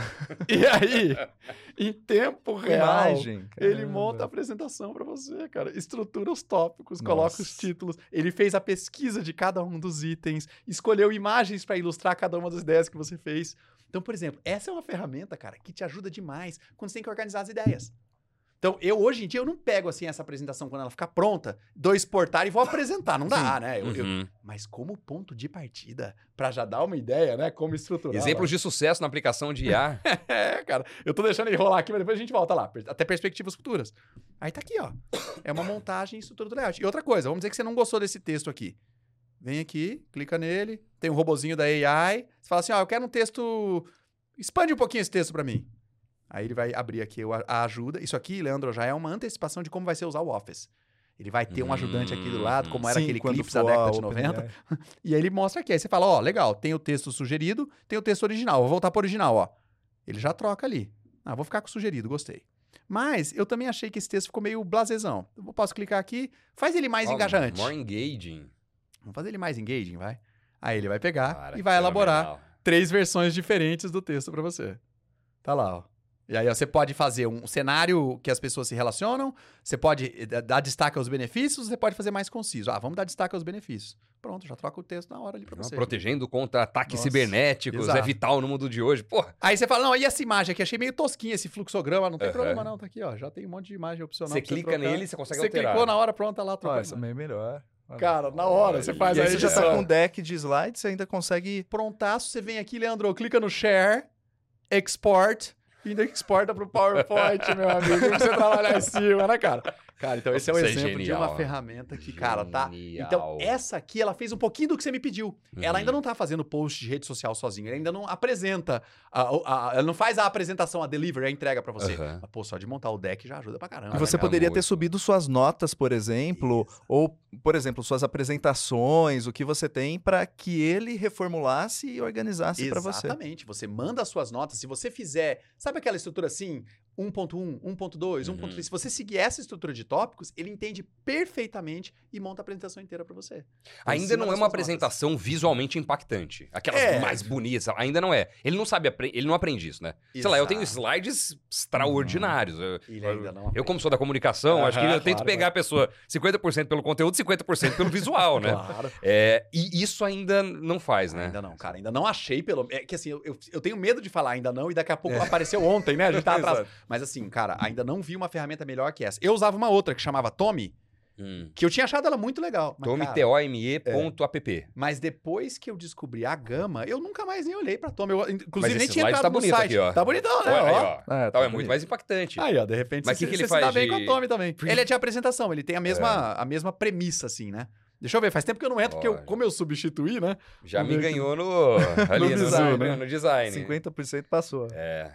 E aí, em tempo real, ele monta a apresentação pra você, cara. Estrutura os tópicos, coloca os títulos. Ele fez a pesquisa de cada um dos itens, escolheu imagens pra ilustrar cada uma das ideias que você fez. Então, por exemplo, essa é uma ferramenta, cara, que te ajuda demais quando você tem que organizar as ideias. Então, hoje em dia, eu não pego, assim, essa apresentação quando ela ficar pronta, exportar e vou apresentar. Não dá, né? Mas como ponto de partida, pra já dar uma ideia, né? Como estruturar. Exemplos de sucesso na aplicação de IA. Cara. Eu tô deixando ele rolar aqui, mas depois a gente volta lá. Até perspectivas futuras. Aí tá aqui, ó. É uma montagem e estrutura do layout. E outra coisa, vamos dizer que você não gostou desse texto aqui. Vem aqui, clica nele, tem um robozinho da AI. Você fala assim, eu quero um texto... Expande um pouquinho esse texto pra mim. Aí ele vai abrir aqui a ajuda. Isso aqui, Leandro, já é uma antecipação de como vai ser usar o Office. Ele vai ter um ajudante aqui do lado, como era aquele Clips da década de 90. E aí ele mostra aqui. Aí você fala, legal, tem o texto sugerido, tem o texto original. Vou voltar pro original, ó. Ele já troca ali. Vou ficar com o sugerido, gostei. Mas eu também achei que esse texto ficou meio blasezão. Eu posso clicar aqui, faz ele mais engajante. More engaging. Vamos fazer ele mais engaging, vai? Aí ele vai pegar e vai elaborar 3 versões diferentes do texto pra você. Tá lá, ó. E aí você pode fazer um cenário que as pessoas se relacionam, você pode dar destaque aos benefícios, você pode fazer mais conciso. Vamos dar destaque aos benefícios. Pronto, já troca o texto na hora ali pra você. Protegendo contra ataques cibernéticos, é vital no mundo de hoje. Porra. Aí você fala, e essa imagem aqui? Achei meio tosquinha esse fluxograma. Não tem problema não, tá aqui, ó. Já tem um monte de imagem opcional. Você clica nele e você consegue alterar. Você clicou na hora, pronto, tá lá. Essa é meio melhor. Cara, na hora, você faz aí. Você já tá com um deck de slides, você ainda consegue... Prontaço, você vem aqui, Leandro, clica no Share, Export... ainda exporta pro PowerPoint, meu amigo, pra você trabalhar em cima, né, cara? Cara, então esse é um exemplo de uma ferramenta que, cara, tá... Então, essa aqui, ela fez um pouquinho do que você me pediu. Ela ainda não tá fazendo post de rede social sozinha, ela ainda não apresenta, ela não faz a apresentação, a delivery, a entrega pra você. Mas, só de montar o deck já ajuda pra caramba. E você poderia ter subido suas notas, por exemplo, ou, por exemplo, suas apresentações, o que você tem pra que ele reformulasse e organizasse pra você. Exatamente. Você manda as suas notas, se você fizer... Sabe aquela estrutura assim... 1.1, 1.2, 1.3. Se você seguir essa estrutura de tópicos, ele entende perfeitamente e monta a apresentação inteira para você. Ainda não é uma apresentação visualmente impactante. Aquelas mais bonitas, ainda não é. Ele não sabe, ele não aprende isso, né? Exato. Sei lá, eu tenho slides extraordinários. Eu como sou da comunicação, acho que eu tento pegar a pessoa 50% pelo conteúdo, 50% pelo visual, né? Claro. E isso ainda não faz, né? Ainda não, cara. Ainda não achei pelo... É que assim, eu tenho medo de falar ainda não e daqui a pouco apareceu ontem, né? A gente tá atrás. Mas assim, cara, ainda não vi uma ferramenta melhor que essa. Eu usava uma outra que chamava Tome, que eu tinha achado ela muito legal. Tome, Tome.app. Mas depois que eu descobri a Gama, eu nunca mais nem olhei pra Tome. Eu, inclusive, mas nem tinha entrado no site. Aqui, ó. Tá bonitão, né? É muito mais impactante. Aí, ó, de repente, mas você ele faz se dá bem com a Tome também. Ele é de apresentação, ele tem a mesma premissa, assim, né? Deixa eu ver, faz tempo que eu não entro, porque como eu substituí, né? Já me ganhou ali no design, né? No design. 50% passou.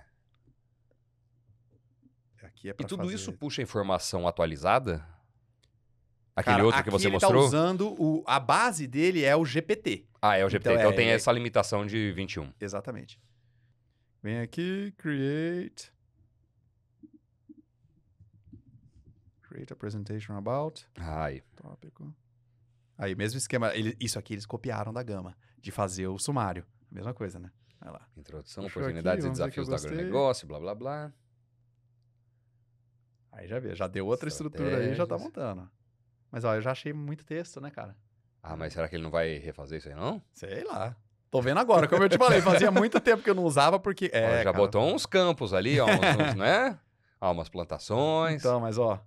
E tudo isso puxa informação atualizada? Aquele Cara, outro que você ele mostrou? Tá usando a base dele é o GPT. É o GPT. Então tem essa limitação de 21. Exatamente. Vem aqui, create a presentation about. Tópico. Aí, mesmo esquema. Isso aqui eles copiaram da Gama, de fazer o sumário. Mesma coisa, né? Vai lá. Introdução, Puxou oportunidades aqui, e vamos ver desafios que do eu gostei. agronegócio, blá, blá, blá. Aí já deu outra estrutura aí, já tá Estratégias. montando. Mas, ó, eu já achei muito texto, né, cara? Ah, mas será que ele não vai refazer isso aí, não? Sei lá. Tô vendo agora, como eu te falei, fazia muito tempo que eu não usava, porque... Ó, já cara. botou uns campos ali, ó, né? Ó, umas plantações. Então, mas, ó...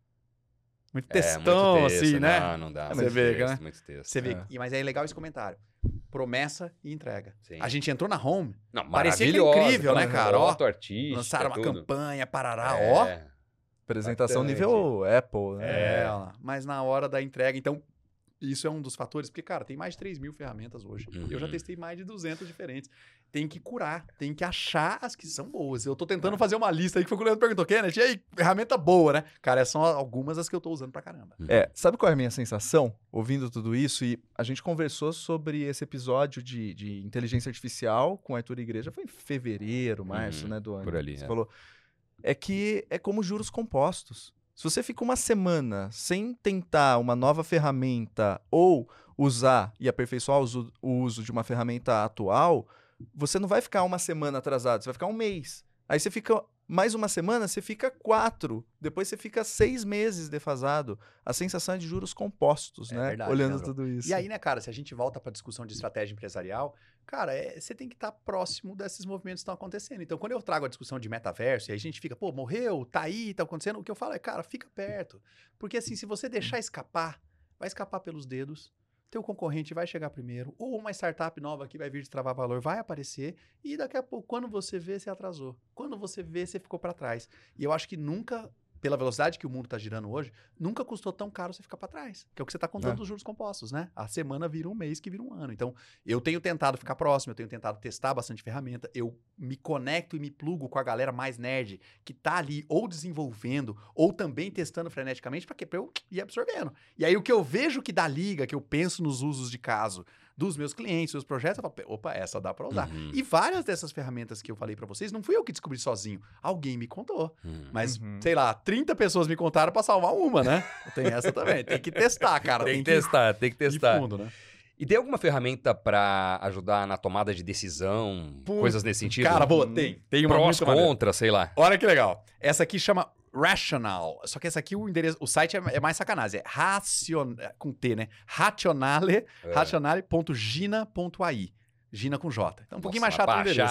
Muito É, textão, muito texto, assim, né? Não dá. Você Muito vê, texto, né? muito texto. Você vê. É. Mas é legal esse comentário. Promessa e entrega. Sim. A gente entrou na Home, Não, parecia que é maravilhosa, incrível, né, cara? Ó, foto artística, lançaram uma tudo. campanha, parará, É. ó. Apresentação Bastante. nível Apple, né? É, ó, mas na hora da entrega, então, isso é um dos fatores, porque, cara, tem mais de 3 mil ferramentas hoje. Eu já Uhum. testei mais de 200 diferentes. Tem que curar, tem que achar as que são boas. Eu tô tentando fazer uma lista aí que foi o que o Leandro perguntou, Kenneth, e aí, ferramenta boa, né? Cara, são algumas as que eu tô usando pra caramba. Sabe qual é a minha sensação, ouvindo tudo isso? E a gente conversou sobre esse episódio de inteligência artificial com o Arthur Igreja, foi em fevereiro, março, né, do ano. por ali, Você é. falou. É que é como juros compostos. Se você fica uma semana sem tentar uma nova ferramenta ou usar e aperfeiçoar o uso de uma ferramenta atual, você não vai ficar uma semana atrasado, você vai ficar um mês. Aí você fica mais uma semana, você fica 4. Depois você fica 6 meses defasado. A sensação é de juros compostos, É né? verdade, Olhando Leandro. tudo isso. E aí, né, cara, se a gente volta pra discussão de estratégia empresarial, cara, você tem que estar próximo desses movimentos que estão acontecendo. Então, quando eu trago a discussão de metaverso, e aí a gente fica, pô, morreu, tá aí, tá acontecendo, o que eu falo é, cara, fica perto. Porque assim, se você deixar escapar, vai escapar pelos dedos, teu concorrente vai chegar primeiro, ou uma startup nova que vai vir destravar valor vai aparecer, e daqui a pouco, quando você vê, você atrasou. Quando você vê, você ficou pra trás. E eu acho que nunca, pela velocidade que o mundo tá girando hoje, nunca custou tão caro você ficar pra trás. Que é o que você tá contando dos juros compostos, né? A semana vira um mês que vira um ano. Então, eu tenho tentado ficar próximo, eu tenho tentado testar bastante ferramenta, eu me conecto e me plugo com a galera mais nerd que tá ali ou desenvolvendo ou também testando freneticamente para quê? Para eu ir absorvendo. E aí o que eu vejo que dá liga, que eu penso nos usos de caso dos meus clientes, dos projetos, eu falo, opa, essa dá para usar. Uhum. E várias dessas ferramentas que eu falei para vocês, não fui eu que descobri sozinho, alguém me contou. Mas, sei lá, 30 pessoas me contaram para salvar uma, né? Tem essa também, tem que testar, cara. Tem que testar, tem que testar. Ir fundo, né? E tem alguma ferramenta pra ajudar na tomada de decisão? Coisas nesse sentido? Cara, boa, tem uma Prós, muito maneira. contra, sei lá. Olha que legal. Essa aqui chama Rational. Só que essa aqui, o endereço, o site é mais sacanagem. É com T, né? Rationale, rationale.gina.ai. Gina com J. Então, um pouquinho mais chato o endereço.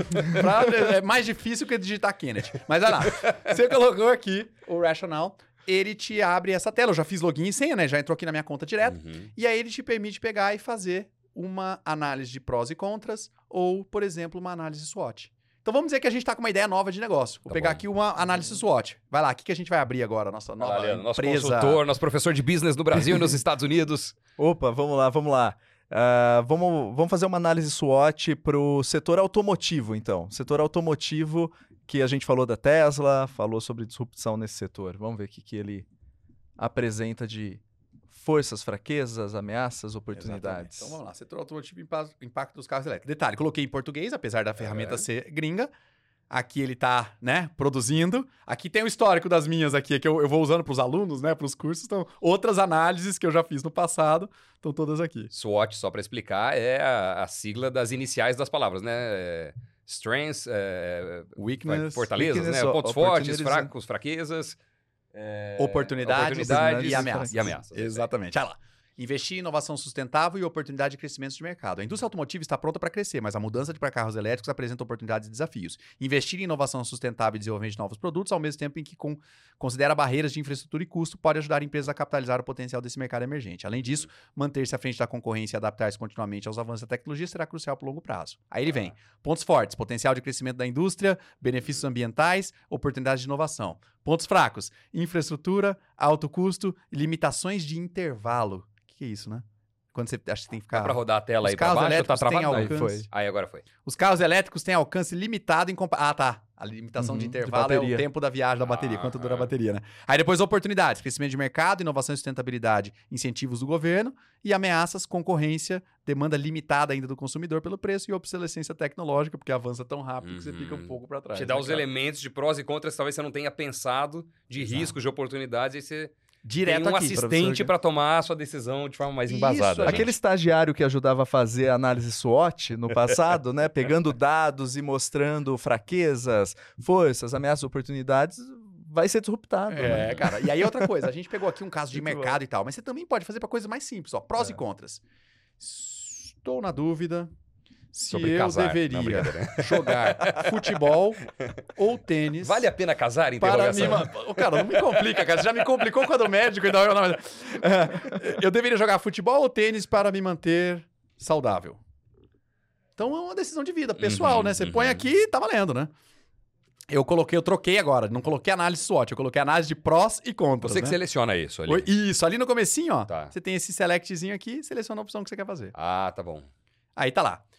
É mais difícil que digitar Kenneth. Mas olha lá. Você colocou aqui o Rational, ele te abre essa tela. Eu já fiz login e senha, né? Já entrou aqui na minha conta direto. Uhum. E aí ele te permite pegar e fazer uma análise de prós e contras ou, por exemplo, uma análise SWOT. Então vamos dizer que a gente está com uma ideia nova de negócio. Vou pegar aqui uma análise SWOT. Vai lá, o que a gente vai abrir agora? Nossa nova empresa. Nosso consultor, nosso professor de business no Brasil e nos Estados Unidos. Opa, vamos lá. Vamos fazer uma análise SWOT para o setor automotivo, então. Setor automotivo, que a gente falou da Tesla, falou sobre disrupção nesse setor. Vamos ver o que ele apresenta de forças, fraquezas, ameaças, oportunidades. Exatamente. Então vamos lá, setor automotivo, impacto dos carros elétricos. Detalhe, coloquei em português, apesar da ferramenta ser gringa. Aqui ele tá, né, produzindo. Aqui tem o histórico das minhas aqui, que eu vou usando para os alunos, né, para os cursos. Então, outras análises que eu já fiz no passado, estão todas aqui. SWOT, só para explicar, é a sigla das iniciais das palavras, né? Strengths, Weakness, fortalezas, né? Pontos fortes, fracos, fraquezas. Oportunidades e ameaças. Exatamente. Olha lá. Investir em inovação sustentável e oportunidade de crescimento de mercado. A indústria automotiva está pronta para crescer, mas a mudança para carros elétricos apresenta oportunidades e desafios. Investir em inovação sustentável e desenvolvimento de novos produtos, ao mesmo tempo em que considera barreiras de infraestrutura e custo, pode ajudar empresas a capitalizar o potencial desse mercado emergente. Além disso, manter-se à frente da concorrência e adaptar-se continuamente aos avanços da tecnologia será crucial para o longo prazo. Aí ele vem. Pontos fortes, potencial de crescimento da indústria, benefícios ambientais, oportunidades de inovação. Pontos fracos, infraestrutura, alto custo e limitações de intervalo. Que é isso, né? Quando você acha que tem que ficar... Dá pra rodar a tela Os aí pra carros baixo? elétricos Tá têm travado? alcance. Aí agora foi. Os carros elétricos têm alcance limitado em comparação... Ah, tá. A limitação de intervalo é o tempo da viagem da bateria, quanto dura a bateria, né? Aí depois oportunidades, crescimento de mercado, inovação e sustentabilidade, incentivos do governo e ameaças, concorrência, demanda limitada ainda do consumidor pelo preço e obsolescência tecnológica, porque avança tão rápido que você fica um pouco para trás. Te dá né, os cara? elementos de prós e contras, talvez você não tenha pensado, de riscos, de oportunidades, aí você direto tem um aqui. assistente para tomar a sua decisão de forma mais embasada. Isso, aquele estagiário que ajudava a fazer a análise SWOT no passado, né? Pegando dados e mostrando fraquezas, forças, ameaças, oportunidades, vai ser disruptado. Né? Cara. E aí outra coisa, a gente pegou aqui um caso de Muito mercado e tal, mas você também pode fazer para coisas mais simples, ó, prós e contras. Estou na dúvida se Sobre eu casar. deveria Não, jogar futebol ou tênis. Vale a pena casar, para mim, interrogação? cara, não me complica, cara. Você já me complicou quando o médico e não. Eu deveria jogar futebol ou tênis para me manter saudável. Então é uma decisão de vida pessoal, né? Você põe aqui e tá valendo, né? Eu troquei agora, não coloquei análise SWOT, eu coloquei análise de prós e contras. Você que né? seleciona isso ali. Isso, ali no comecinho, ó. Tá. Você tem esse selectzinho aqui, seleciona a opção que você quer fazer. Ah, tá bom. Aí tá lá.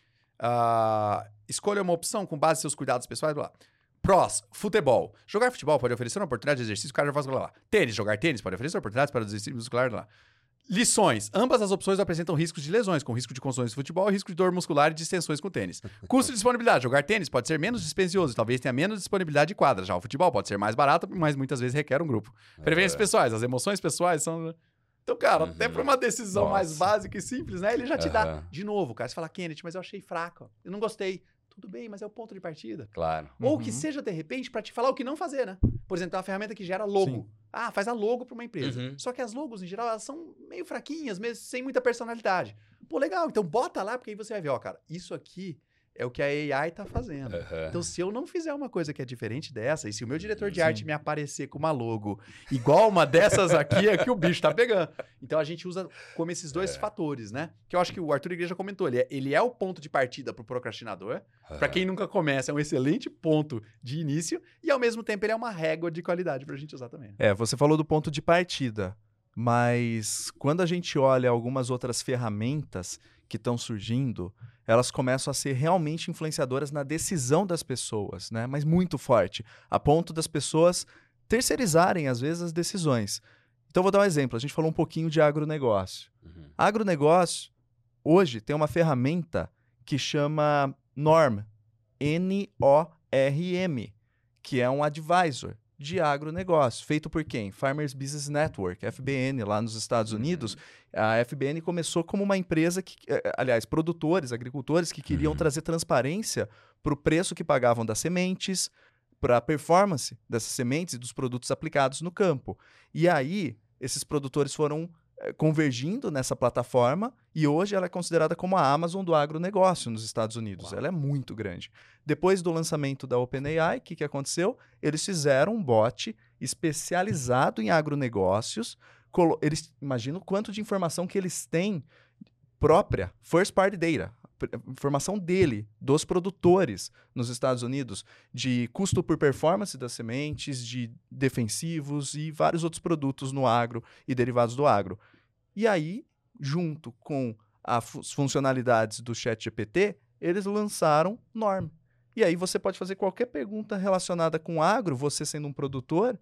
Escolha uma opção com base em seus cuidados pessoais. Blá. Prós, futebol. Jogar futebol pode oferecer uma oportunidade de exercício cardiovascular. Tênis, jogar tênis pode oferecer oportunidades para o exercício muscular. Blá. Lições. Ambas as opções apresentam riscos de lesões, com risco de contusões de futebol e risco de dor muscular e distensões com o tênis. Custo de disponibilidade. Jogar tênis pode ser menos dispendioso, talvez tenha menos disponibilidade de quadras. Já o futebol pode ser mais barato, mas muitas vezes requer um grupo. Preferências pessoais. As emoções pessoais são... Então, cara, até para uma decisão mais básica e simples, né? Ele já te dá. De novo, cara, você fala, Kenneth, mas eu achei fraco. Eu não gostei. Tudo bem, mas é o ponto de partida. Claro. Ou que seja, de repente, para te falar o que não fazer, né? Por exemplo, tem uma ferramenta que gera logo. Sim. Faz a logo para uma empresa. Só que as logos, em geral, elas são meio fraquinhas, mesmo sem muita personalidade. Pô, legal. Então, bota lá, porque aí você vai ver, ó, cara, isso aqui é o que a AI tá fazendo. Então, se eu não fizer uma coisa que é diferente dessa, e se o meu diretor de arte me aparecer com uma logo igual uma dessas aqui, é que o bicho tá pegando. Então, a gente usa como esses dois fatores, né? Que eu acho que o Arthur Igreja comentou. Ele é o ponto de partida pro procrastinador. Pra quem nunca começa, é um excelente ponto de início. E, ao mesmo tempo, ele é uma régua de qualidade pra gente usar também. Você falou do ponto de partida. Mas quando a gente olha algumas outras ferramentas que estão surgindo, elas começam a ser realmente influenciadoras na decisão das pessoas, né? Mas muito forte, a ponto das pessoas terceirizarem, às vezes, as decisões. Então, vou dar um exemplo. A gente falou um pouquinho de agronegócio. Agronegócio, hoje, tem uma ferramenta que chama NORM, N-O-R-M, que é um advisor de agronegócio, feito por quem? Farmers Business Network, FBN, lá nos Estados Unidos. A FBN começou como uma empresa que, aliás, produtores, agricultores que queriam trazer transparência para o preço que pagavam das sementes, para a performance dessas sementes e dos produtos aplicados no campo. E aí, esses produtores foram convergindo nessa plataforma e hoje ela é considerada como a Amazon do agronegócio nos Estados Unidos. Uau. Ela é muito grande. Depois do lançamento da OpenAI, o que aconteceu? Eles fizeram um bot especializado em agronegócios. Eles imaginam o quanto de informação que eles têm própria, first party data, informação dele, dos produtores nos Estados Unidos, de custo por performance das sementes, de defensivos e vários outros produtos no agro e derivados do agro. E aí, junto com as funcionalidades do ChatGPT, eles lançaram Norm. E aí você pode fazer qualquer pergunta relacionada com agro, você sendo um produtor,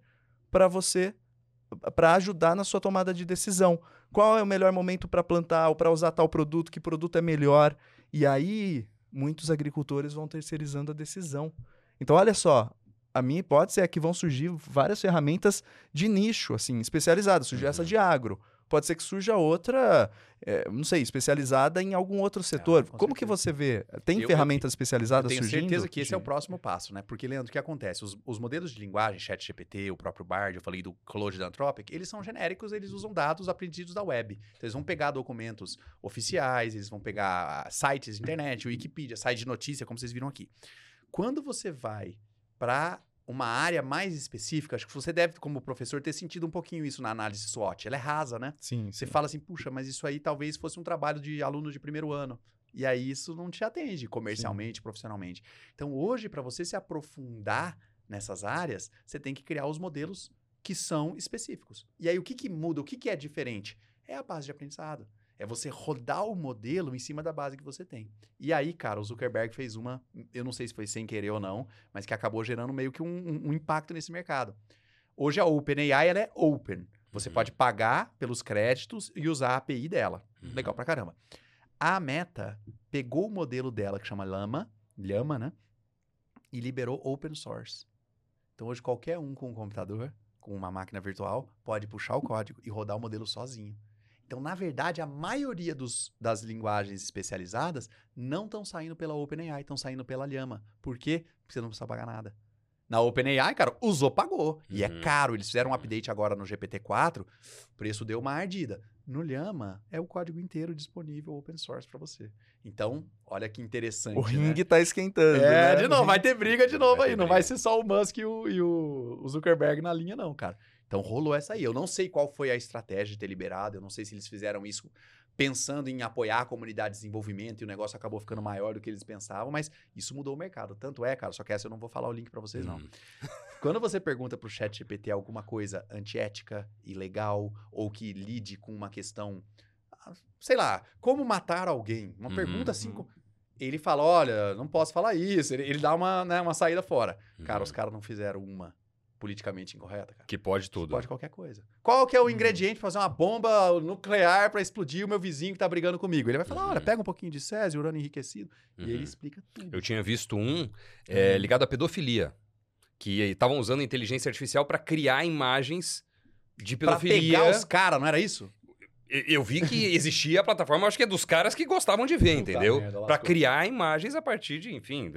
para ajudar na sua tomada de decisão. Qual é o melhor momento para plantar ou para usar tal produto? Que produto é melhor? E aí, muitos agricultores vão terceirizando a decisão. Então, olha só, a minha hipótese é que vão surgir várias ferramentas de nicho, assim, especializadas. Surgir essa de agro. Pode ser que surja outra, não sei, especializada em algum outro setor. Como que você vê? Tem ferramentas especializadas surgindo? Eu tenho certeza que esse é o próximo passo, né? Porque, Leandro, o que acontece? Os modelos de linguagem, ChatGPT, o próprio Bard, eu falei do Claude da Anthropic, eles são genéricos, eles usam dados aprendidos da web. Então, eles vão pegar documentos oficiais, eles vão pegar sites de internet, Wikipedia, site de notícia, como vocês viram aqui. Quando você vai para uma área mais específica, acho que você deve, como professor, ter sentido um pouquinho isso na análise SWOT. Ela é rasa, né? Sim. Você fala assim, puxa, mas isso aí talvez fosse um trabalho de aluno de primeiro ano. E aí isso não te atende comercialmente, profissionalmente. Então, hoje, para você se aprofundar nessas áreas, você tem que criar os modelos que são específicos. E aí, o que muda? O que é diferente? É a base de aprendizado. É você rodar o modelo em cima da base que você tem. E aí, cara, o Zuckerberg fez uma, eu não sei se foi sem querer ou não, mas que acabou gerando meio que um impacto nesse mercado. Hoje a OpenAI, ela é open. Você pode pagar pelos créditos e usar a API dela. Legal pra caramba. A Meta pegou o modelo dela, que chama Llama, né? E liberou open source. Então hoje qualquer um com um computador com uma máquina virtual, pode puxar o código e rodar o modelo sozinho. Então, na verdade, a maioria das linguagens especializadas não estão saindo pela OpenAI, estão saindo pela Llama. Por quê? Porque você não precisa pagar nada. Na OpenAI, cara, usou, pagou. E é caro. Eles fizeram um update agora no GPT-4, o preço deu uma ardida. No Llama, é o código inteiro disponível open source para você. Então, olha que interessante, O ringue tá esquentando, né? de novo, vai ter briga de novo aí. Não vai ser só o Musk e o Zuckerberg na linha, não, cara. Então, rolou essa aí. Eu não sei qual foi a estratégia de ter liberado, eu não sei se eles fizeram isso pensando em apoiar a comunidade de desenvolvimento e o negócio acabou ficando maior do que eles pensavam, mas isso mudou o mercado. Tanto é, cara, só que essa eu não vou falar o link para vocês, não. Quando você pergunta pro ChatGPT alguma coisa antiética, ilegal, ou que lide com uma questão, sei lá, como matar alguém, uma pergunta assim, ele fala, olha, não posso falar isso, ele dá uma saída fora. Cara, os caras não fizeram uma politicamente incorreta, cara. Que pode tudo. Pode qualquer coisa. Qual que é o ingrediente para fazer uma bomba nuclear para explodir o meu vizinho que tá brigando comigo? Ele vai falar, olha, pega um pouquinho de césio, urânio enriquecido, e ele explica tudo. Eu tinha visto ligado à pedofilia, que estavam usando inteligência artificial para criar imagens de pedofilia. Pra pegar os caras, não era isso? Eu vi que existia a plataforma, acho que é dos caras que gostavam de ver, entendeu? Pra criar imagens a partir de, enfim,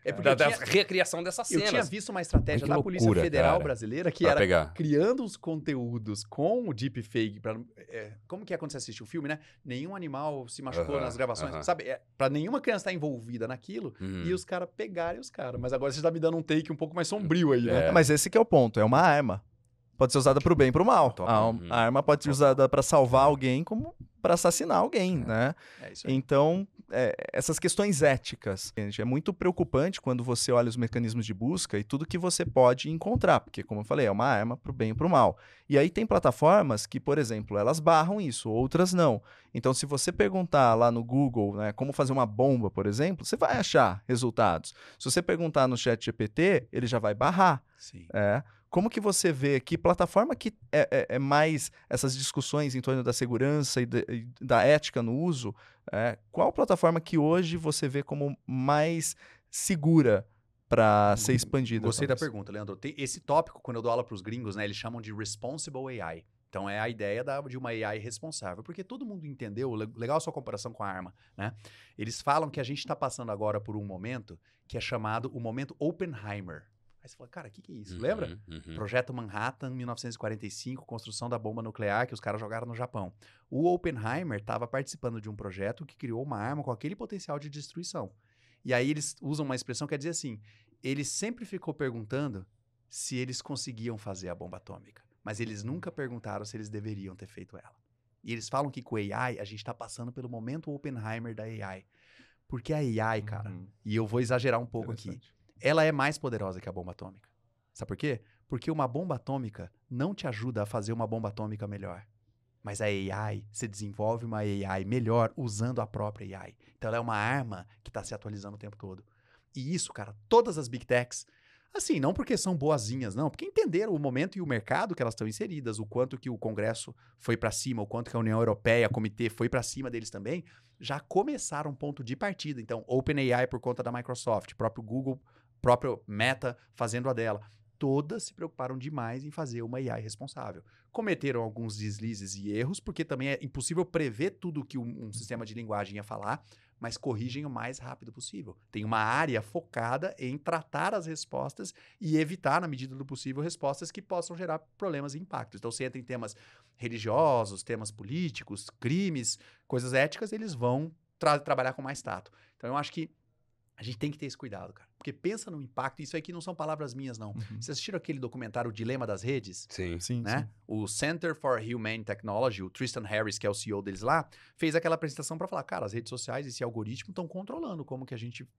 da recriação dessas cenas. Eu tinha visto uma estratégia da Polícia Federal brasileira que era criando os conteúdos com o deepfake. Como que é quando você assiste um filme, né? Nenhum animal se machucou nas gravações, sabe? Pra nenhuma criança estar envolvida naquilo e os caras pegarem os caras. Mas agora você tá me dando um take um pouco mais sombrio aí, né? Mas esse que é o ponto, é uma arma. Pode ser usada pro bem e pro mal. A arma pode ser usada para salvar alguém como para assassinar alguém, né? É isso aí. Então, essas questões éticas, gente, é muito preocupante quando você olha os mecanismos de busca e tudo que você pode encontrar, porque, como eu falei, é uma arma pro bem e pro mal. E aí tem plataformas que, por exemplo, elas barram isso, outras não. Então, se você perguntar lá no Google, né, como fazer uma bomba, por exemplo, você vai achar resultados. Se você perguntar no ChatGPT, ele já vai barrar. Sim. Como que você vê, que plataforma que é mais essas discussões em torno da segurança e da ética no uso, qual plataforma que hoje você vê como mais segura para ser expandida? Gostei da pergunta, Leandro. Tem esse tópico, quando eu dou aula para os gringos, né, eles chamam de Responsible AI. Então, é a ideia de uma AI responsável, porque todo mundo entendeu, legal a sua comparação com a arma, né? Eles falam que a gente está passando agora por um momento que é chamado o momento Oppenheimer. Aí você fala, cara, o que é isso? Lembra? Projeto Manhattan, 1945, construção da bomba nuclear que os caras jogaram no Japão. O Oppenheimer estava participando de um projeto que criou uma arma com aquele potencial de destruição. E aí eles usam uma expressão que quer dizer assim, ele sempre ficou perguntando se eles conseguiam fazer a bomba atômica, mas eles nunca perguntaram se eles deveriam ter feito ela. E eles falam que com a AI, a gente está passando pelo momento Oppenheimer da AI. Porque a AI, cara, e eu vou exagerar um pouco aqui, ela é mais poderosa que a bomba atômica. Sabe por quê? Porque uma bomba atômica não te ajuda a fazer uma bomba atômica melhor. Mas a AI, você desenvolve uma AI melhor usando a própria AI. Então ela é uma arma que está se atualizando o tempo todo. E isso, cara, todas as Big Techs, assim, não porque são boazinhas, não, porque entenderam o momento e o mercado que elas estão inseridas, o quanto que o Congresso foi para cima, o quanto que a União Europeia, a Comitê, foi para cima deles também, já começaram um ponto de partida. Então, OpenAI por conta da Microsoft, próprio Google, próprio Meta fazendo a dela. Todas se preocuparam demais em fazer uma AI responsável. Cometeram alguns deslizes e erros, porque também é impossível prever tudo que um sistema de linguagem ia falar, mas corrigem o mais rápido possível. Tem uma área focada em tratar as respostas e evitar, na medida do possível, respostas que possam gerar problemas e impactos. Então, se entra em temas religiosos, temas políticos, crimes, coisas éticas, eles vão trabalhar com mais tato. Então, eu acho que a gente tem que ter esse cuidado, cara. Porque pensa no impacto. Isso aqui não são palavras minhas, não. Vocês assistiram aquele documentário O Dilema das Redes? Sim. Né? O Center for Humane Technology, o Tristan Harris, que é o CEO deles lá, fez aquela apresentação para falar, cara, as redes sociais e esse algoritmo estão controlando como que a gente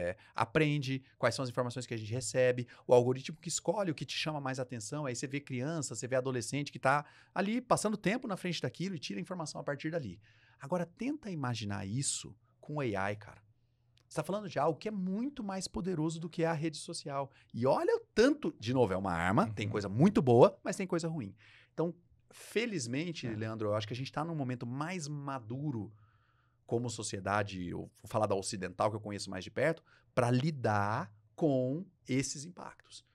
aprende, quais são as informações que a gente recebe, o algoritmo que escolhe o que te chama mais atenção. Aí você vê criança, você vê adolescente que está ali passando tempo na frente daquilo e tira a informação a partir dali. Agora, tenta imaginar isso com AI, cara. Você está falando de algo que é muito mais poderoso do que a rede social. E olha o tanto... De novo, é uma arma, tem coisa muito boa, mas tem coisa ruim. Então, felizmente, Leandro, eu acho que a gente está num momento mais maduro como sociedade, eu vou falar da ocidental, que eu conheço mais de perto, para lidar com esses impactos.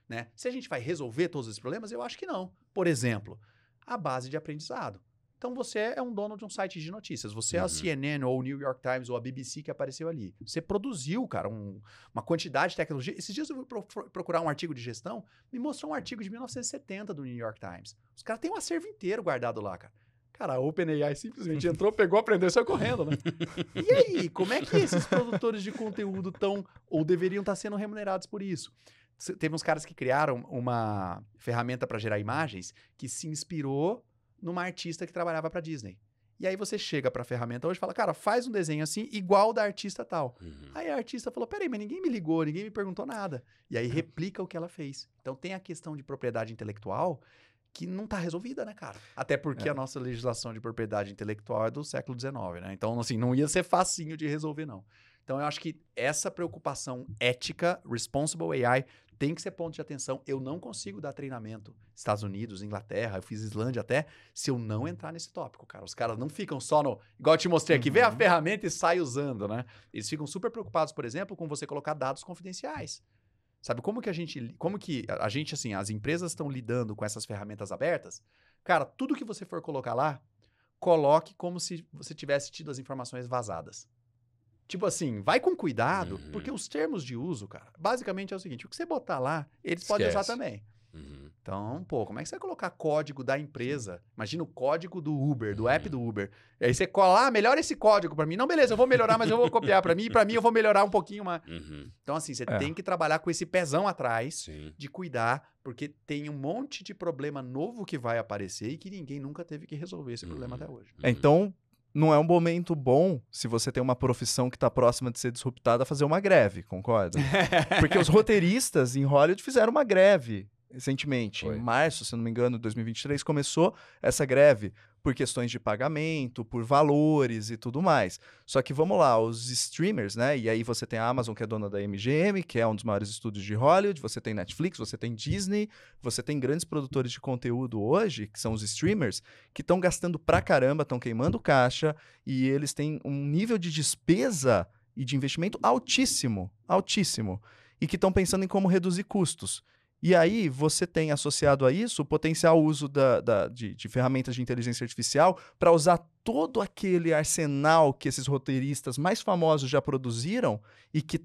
né? Se a gente vai resolver todos esses problemas, eu acho que não. Por exemplo, a base de aprendizado. Então, você é um dono de um site de notícias. Você é a CNN ou o New York Times ou a BBC que apareceu ali. Você produziu, cara, uma quantidade de tecnologia. Esses dias eu fui procurar um artigo de gestão, me mostrou um artigo de 1970 do New York Times. Os caras têm um acervo inteiro guardado lá, cara. Cara, a OpenAI simplesmente entrou, pegou, aprendeu e saiu correndo, né? E aí, como é que esses produtores de conteúdo estão ou deveriam estar sendo remunerados por isso? Teve uns caras que criaram uma ferramenta para gerar imagens que se inspirou numa artista que trabalhava para Disney. E aí você chega para a ferramenta hoje e fala, cara, faz um desenho assim, igual da artista tal. Aí a artista falou, peraí, mas ninguém me ligou, ninguém me perguntou nada. E aí replica o que ela fez. Então tem a questão de propriedade intelectual que não está resolvida, né, cara? Até porque a nossa legislação de propriedade intelectual é do século XIX, né? Então, assim, não ia ser facinho de resolver, não. Então, eu acho que essa preocupação ética, responsible AI, tem que ser ponto de atenção. Eu não consigo dar treinamento Estados Unidos, Inglaterra, eu fiz Islândia até, se eu não entrar nesse tópico, cara. Os caras não ficam só no... Igual eu te mostrei aqui, vê a ferramenta e sai usando, né? Eles ficam super preocupados, por exemplo, com você colocar dados confidenciais. Sabe, como que a gente, assim, as empresas estão lidando com essas ferramentas abertas? Cara, tudo que você for colocar lá, coloque como se você tivesse tido as informações vazadas. Tipo assim, vai com cuidado, porque os termos de uso, cara, basicamente é o seguinte, o que você botar lá, eles podem usar também. Então, pô, como é que você vai colocar código da empresa? Imagina o código do Uber, do app do Uber. E aí você cola, melhora esse código pra mim. Não, beleza, eu vou melhorar, mas eu vou copiar pra mim. E pra mim eu vou melhorar um pouquinho mais. Então, assim, você tem que trabalhar com esse pezão atrás de cuidar, porque tem um monte de problema novo que vai aparecer e que ninguém nunca teve que resolver esse problema até hoje. Então, não é um momento bom, se você tem uma profissão que está próxima de ser disruptada, fazer uma greve, concorda? Porque os roteiristas em Hollywood fizeram uma greve recentemente. Em março, se não me engano, de 2023, começou essa greve por questões de pagamento, por valores e tudo mais. Só que vamos lá, os streamers, né? E aí você tem a Amazon, que é dona da MGM, que é um dos maiores estúdios de Hollywood, você tem Netflix, você tem Disney, você tem grandes produtores de conteúdo hoje, que são os streamers, que estão gastando pra caramba, estão queimando caixa, e eles têm um nível de despesa e de investimento altíssimo, altíssimo, e que estão pensando em como reduzir custos. E aí você tem associado a isso o potencial uso de ferramentas de inteligência artificial para usar todo aquele arsenal que esses roteiristas mais famosos já produziram e que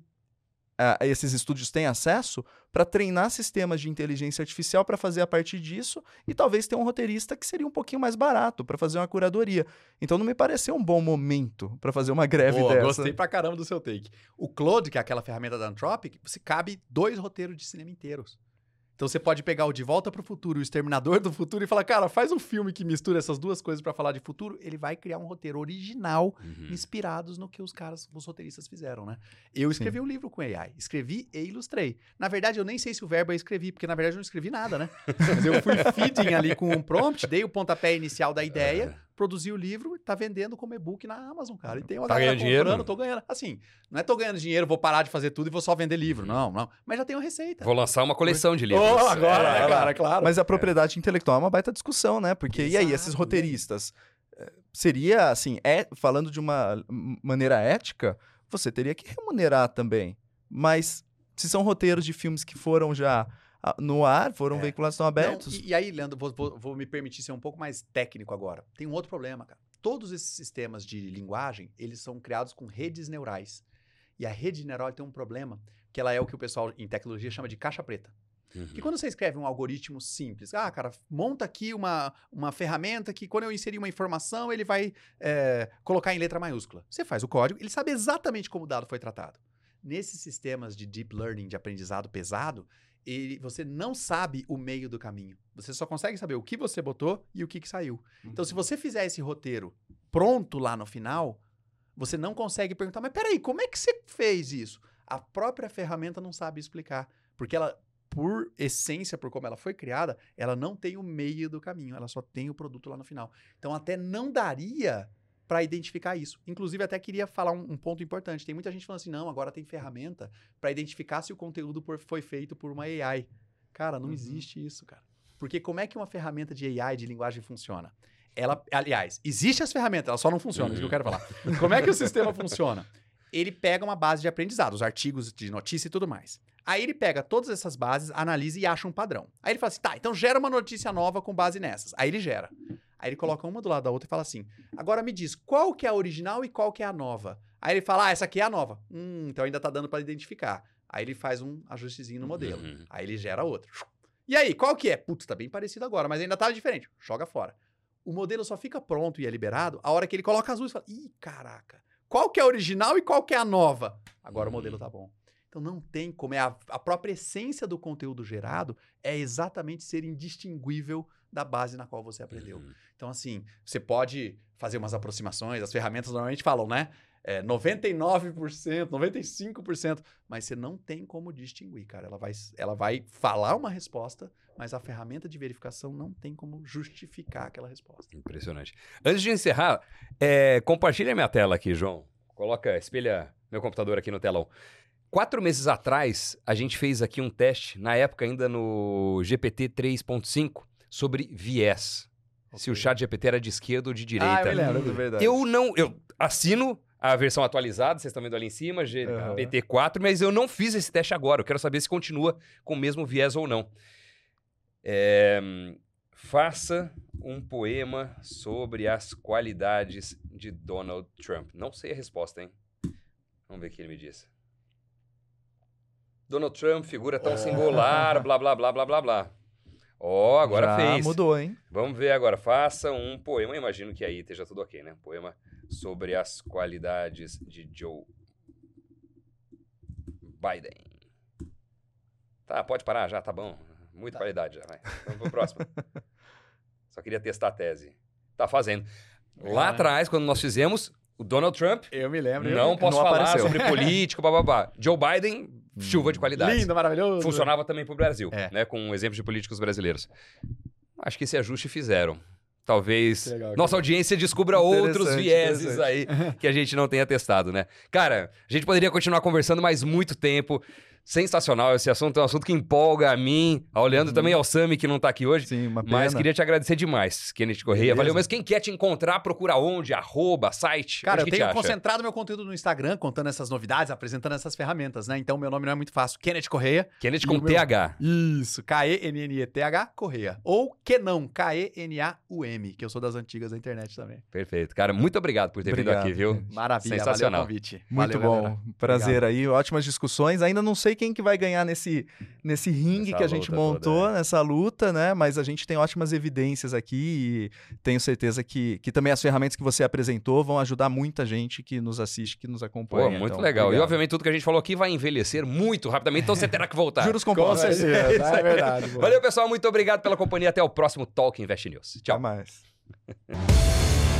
esses estúdios têm acesso para treinar sistemas de inteligência artificial para fazer a partir disso e talvez ter um roteirista que seria um pouquinho mais barato para fazer uma curadoria. Então não me pareceu um bom momento para fazer uma greve dessa. Gostei pra caramba do seu take. O Claude, que é aquela ferramenta da Anthropic, você cabe 2 roteiros de cinema inteiros. Então você pode pegar o De Volta para o Futuro, o Exterminador do Futuro e falar, cara, faz um filme que mistura essas duas coisas para falar de futuro. Ele vai criar um roteiro original, inspirados no que os roteiristas fizeram, né? Eu escrevi um livro com AI, escrevi e ilustrei. Na verdade, eu nem sei se o verbo é escrevi, porque na verdade eu não escrevi nada, né? Mas eu fui feeding ali com um prompt, dei o pontapé inicial da ideia, produzi o livro e tá vendendo como e-book na Amazon, cara. E tem uma galera comprando, dinheiro? Tô ganhando. Assim, não é tô ganhando dinheiro, vou parar de fazer tudo e vou só vender livro. Não. Mas já tem uma receita. Vou lançar uma coleção de livros. Agora, claro. Mas a propriedade intelectual é uma baita discussão, né? Porque, e aí, esses roteiristas? Seria, assim, falando de uma maneira ética, você teria que remunerar também. Mas se são roteiros de filmes que foram já no ar, foram veiculados, estão abertos. Não, e aí, Leandro, vou me permitir ser um pouco mais técnico agora. Tem um outro problema, cara. Todos esses sistemas de linguagem, eles são criados com redes neurais. E a rede neural tem um problema, que ela é o que o pessoal em tecnologia chama de caixa preta. E quando você escreve um algoritmo simples, cara, monta aqui uma ferramenta que quando eu inserir uma informação, ele vai colocar em letra maiúscula. Você faz o código, ele sabe exatamente como o dado foi tratado. Nesses sistemas de deep learning, de aprendizado pesado, você não sabe o meio do caminho. Você só consegue saber o que você botou e o que saiu. Então, se você fizer esse roteiro pronto lá no final, você não consegue perguntar, mas peraí, como é que você fez isso? A própria ferramenta não sabe explicar, porque ela, por essência, por como ela foi criada, ela não tem o meio do caminho, ela só tem o produto lá no final. Então, até não daria para identificar isso. Inclusive, até queria falar um ponto importante. Tem muita gente falando assim, não, agora tem ferramenta para identificar se o conteúdo foi feito por uma AI. Cara, não existe isso, cara. Porque como é que uma ferramenta de AI, de linguagem, funciona? Aliás, existem as ferramentas, elas só não funcionam, é isso que eu quero falar. Como é que o sistema funciona? Ele pega uma base de aprendizado, os artigos de notícia e tudo mais. Aí ele pega todas essas bases, analisa e acha um padrão. Aí ele fala assim, tá, então gera uma notícia nova com base nessas. Aí ele gera. Aí ele coloca uma do lado da outra e fala assim, agora me diz, qual que é a original e qual que é a nova? Aí ele fala, essa aqui é a nova. Então ainda tá dando para identificar. Aí ele faz um ajustezinho no modelo. Aí ele gera outro. E aí, qual que é? Putz, tá bem parecido agora, mas ainda tá diferente. Joga fora. O modelo só fica pronto e é liberado a hora que ele coloca as luzes e fala, ih, caraca, qual que é a original e qual que é a nova? Agora o modelo tá bom. Então não tem como, a própria essência do conteúdo gerado é exatamente ser indistinguível da base na qual você aprendeu. Então assim, você pode fazer umas aproximações, as ferramentas normalmente falam, né? 99%, 95%, mas você não tem como distinguir, cara. Ela vai falar uma resposta, mas a ferramenta de verificação não tem como justificar aquela resposta. Impressionante. Antes de encerrar, compartilha minha tela aqui, João. Espelha meu computador aqui no telão. 4 meses atrás, a gente fez aqui um teste, na época ainda no GPT 3.5, sobre viés. Okay. Se o chat GPT era de esquerda ou de direita. Eu lembro, é verdade. Eu assino a versão atualizada, vocês estão vendo ali em cima, GPT-4, mas eu não fiz esse teste agora. Eu quero saber se continua com o mesmo viés ou não. Faça um poema sobre as qualidades de Donald Trump. Não sei a resposta, hein? Vamos ver o que ele me diz. Donald Trump, figura tão singular, blá, blá, blá, blá, blá, blá. Agora já fez. Mudou, hein? Vamos ver agora. Faça um poema. Eu imagino que aí esteja tudo ok, né? Poema sobre as qualidades de Joe Biden. Tá, pode parar já, tá bom. Muita qualidade já, vai. Vamos pro próximo. Só queria testar a tese. Tá fazendo. Lá atrás, quando nós fizemos, o Donald Trump... Eu me lembro. Não posso falar sobre político, bababá. Joe Biden, chuva de qualidade. Lindo, maravilhoso. Funcionava também pro Brasil, né? Com exemplos de políticos brasileiros. Acho que esse ajuste fizeram. Talvez nossa audiência descubra outros vieses aí que a gente não tenha testado, né? Cara, a gente poderia continuar conversando mais muito tempo. Sensacional esse assunto, é um assunto que empolga a mim, ao Leandro também, ao Sami, que não tá aqui hoje. Sim, uma pena. Mas queria te agradecer demais, Kenneth Correia. Beleza. Valeu, mas quem quer te encontrar, procura onde? @ site? Cara, eu tenho concentrado meu conteúdo no Instagram, contando essas novidades, apresentando essas ferramentas, né? Então, meu nome não é muito fácil. Kenneth Correia. Kenneth com TH. Isso, Kenneth Correia. Ou Kenaum, Kenaum, que eu sou das antigas da internet também. Perfeito. Cara, muito obrigado por ter vindo aqui, viu? Maravilha, sensacional. Valeu o convite. Muito valeu, bom. galera. Prazer aí, ótimas discussões. Ainda não sei quem que vai ganhar nesse ringue que a gente montou, nessa luta, né? Mas a gente tem ótimas evidências aqui e tenho certeza que também as ferramentas que você apresentou vão ajudar muita gente que nos assiste, que nos acompanha. Pô, muito legal. Obrigado. E obviamente tudo que a gente falou aqui vai envelhecer muito rapidamente, então você terá que voltar. Juros compostos. Com certeza, é verdade. Valeu, pessoal. Muito obrigado pela companhia. Até o próximo Talk Invest News. Tchau. Até mais.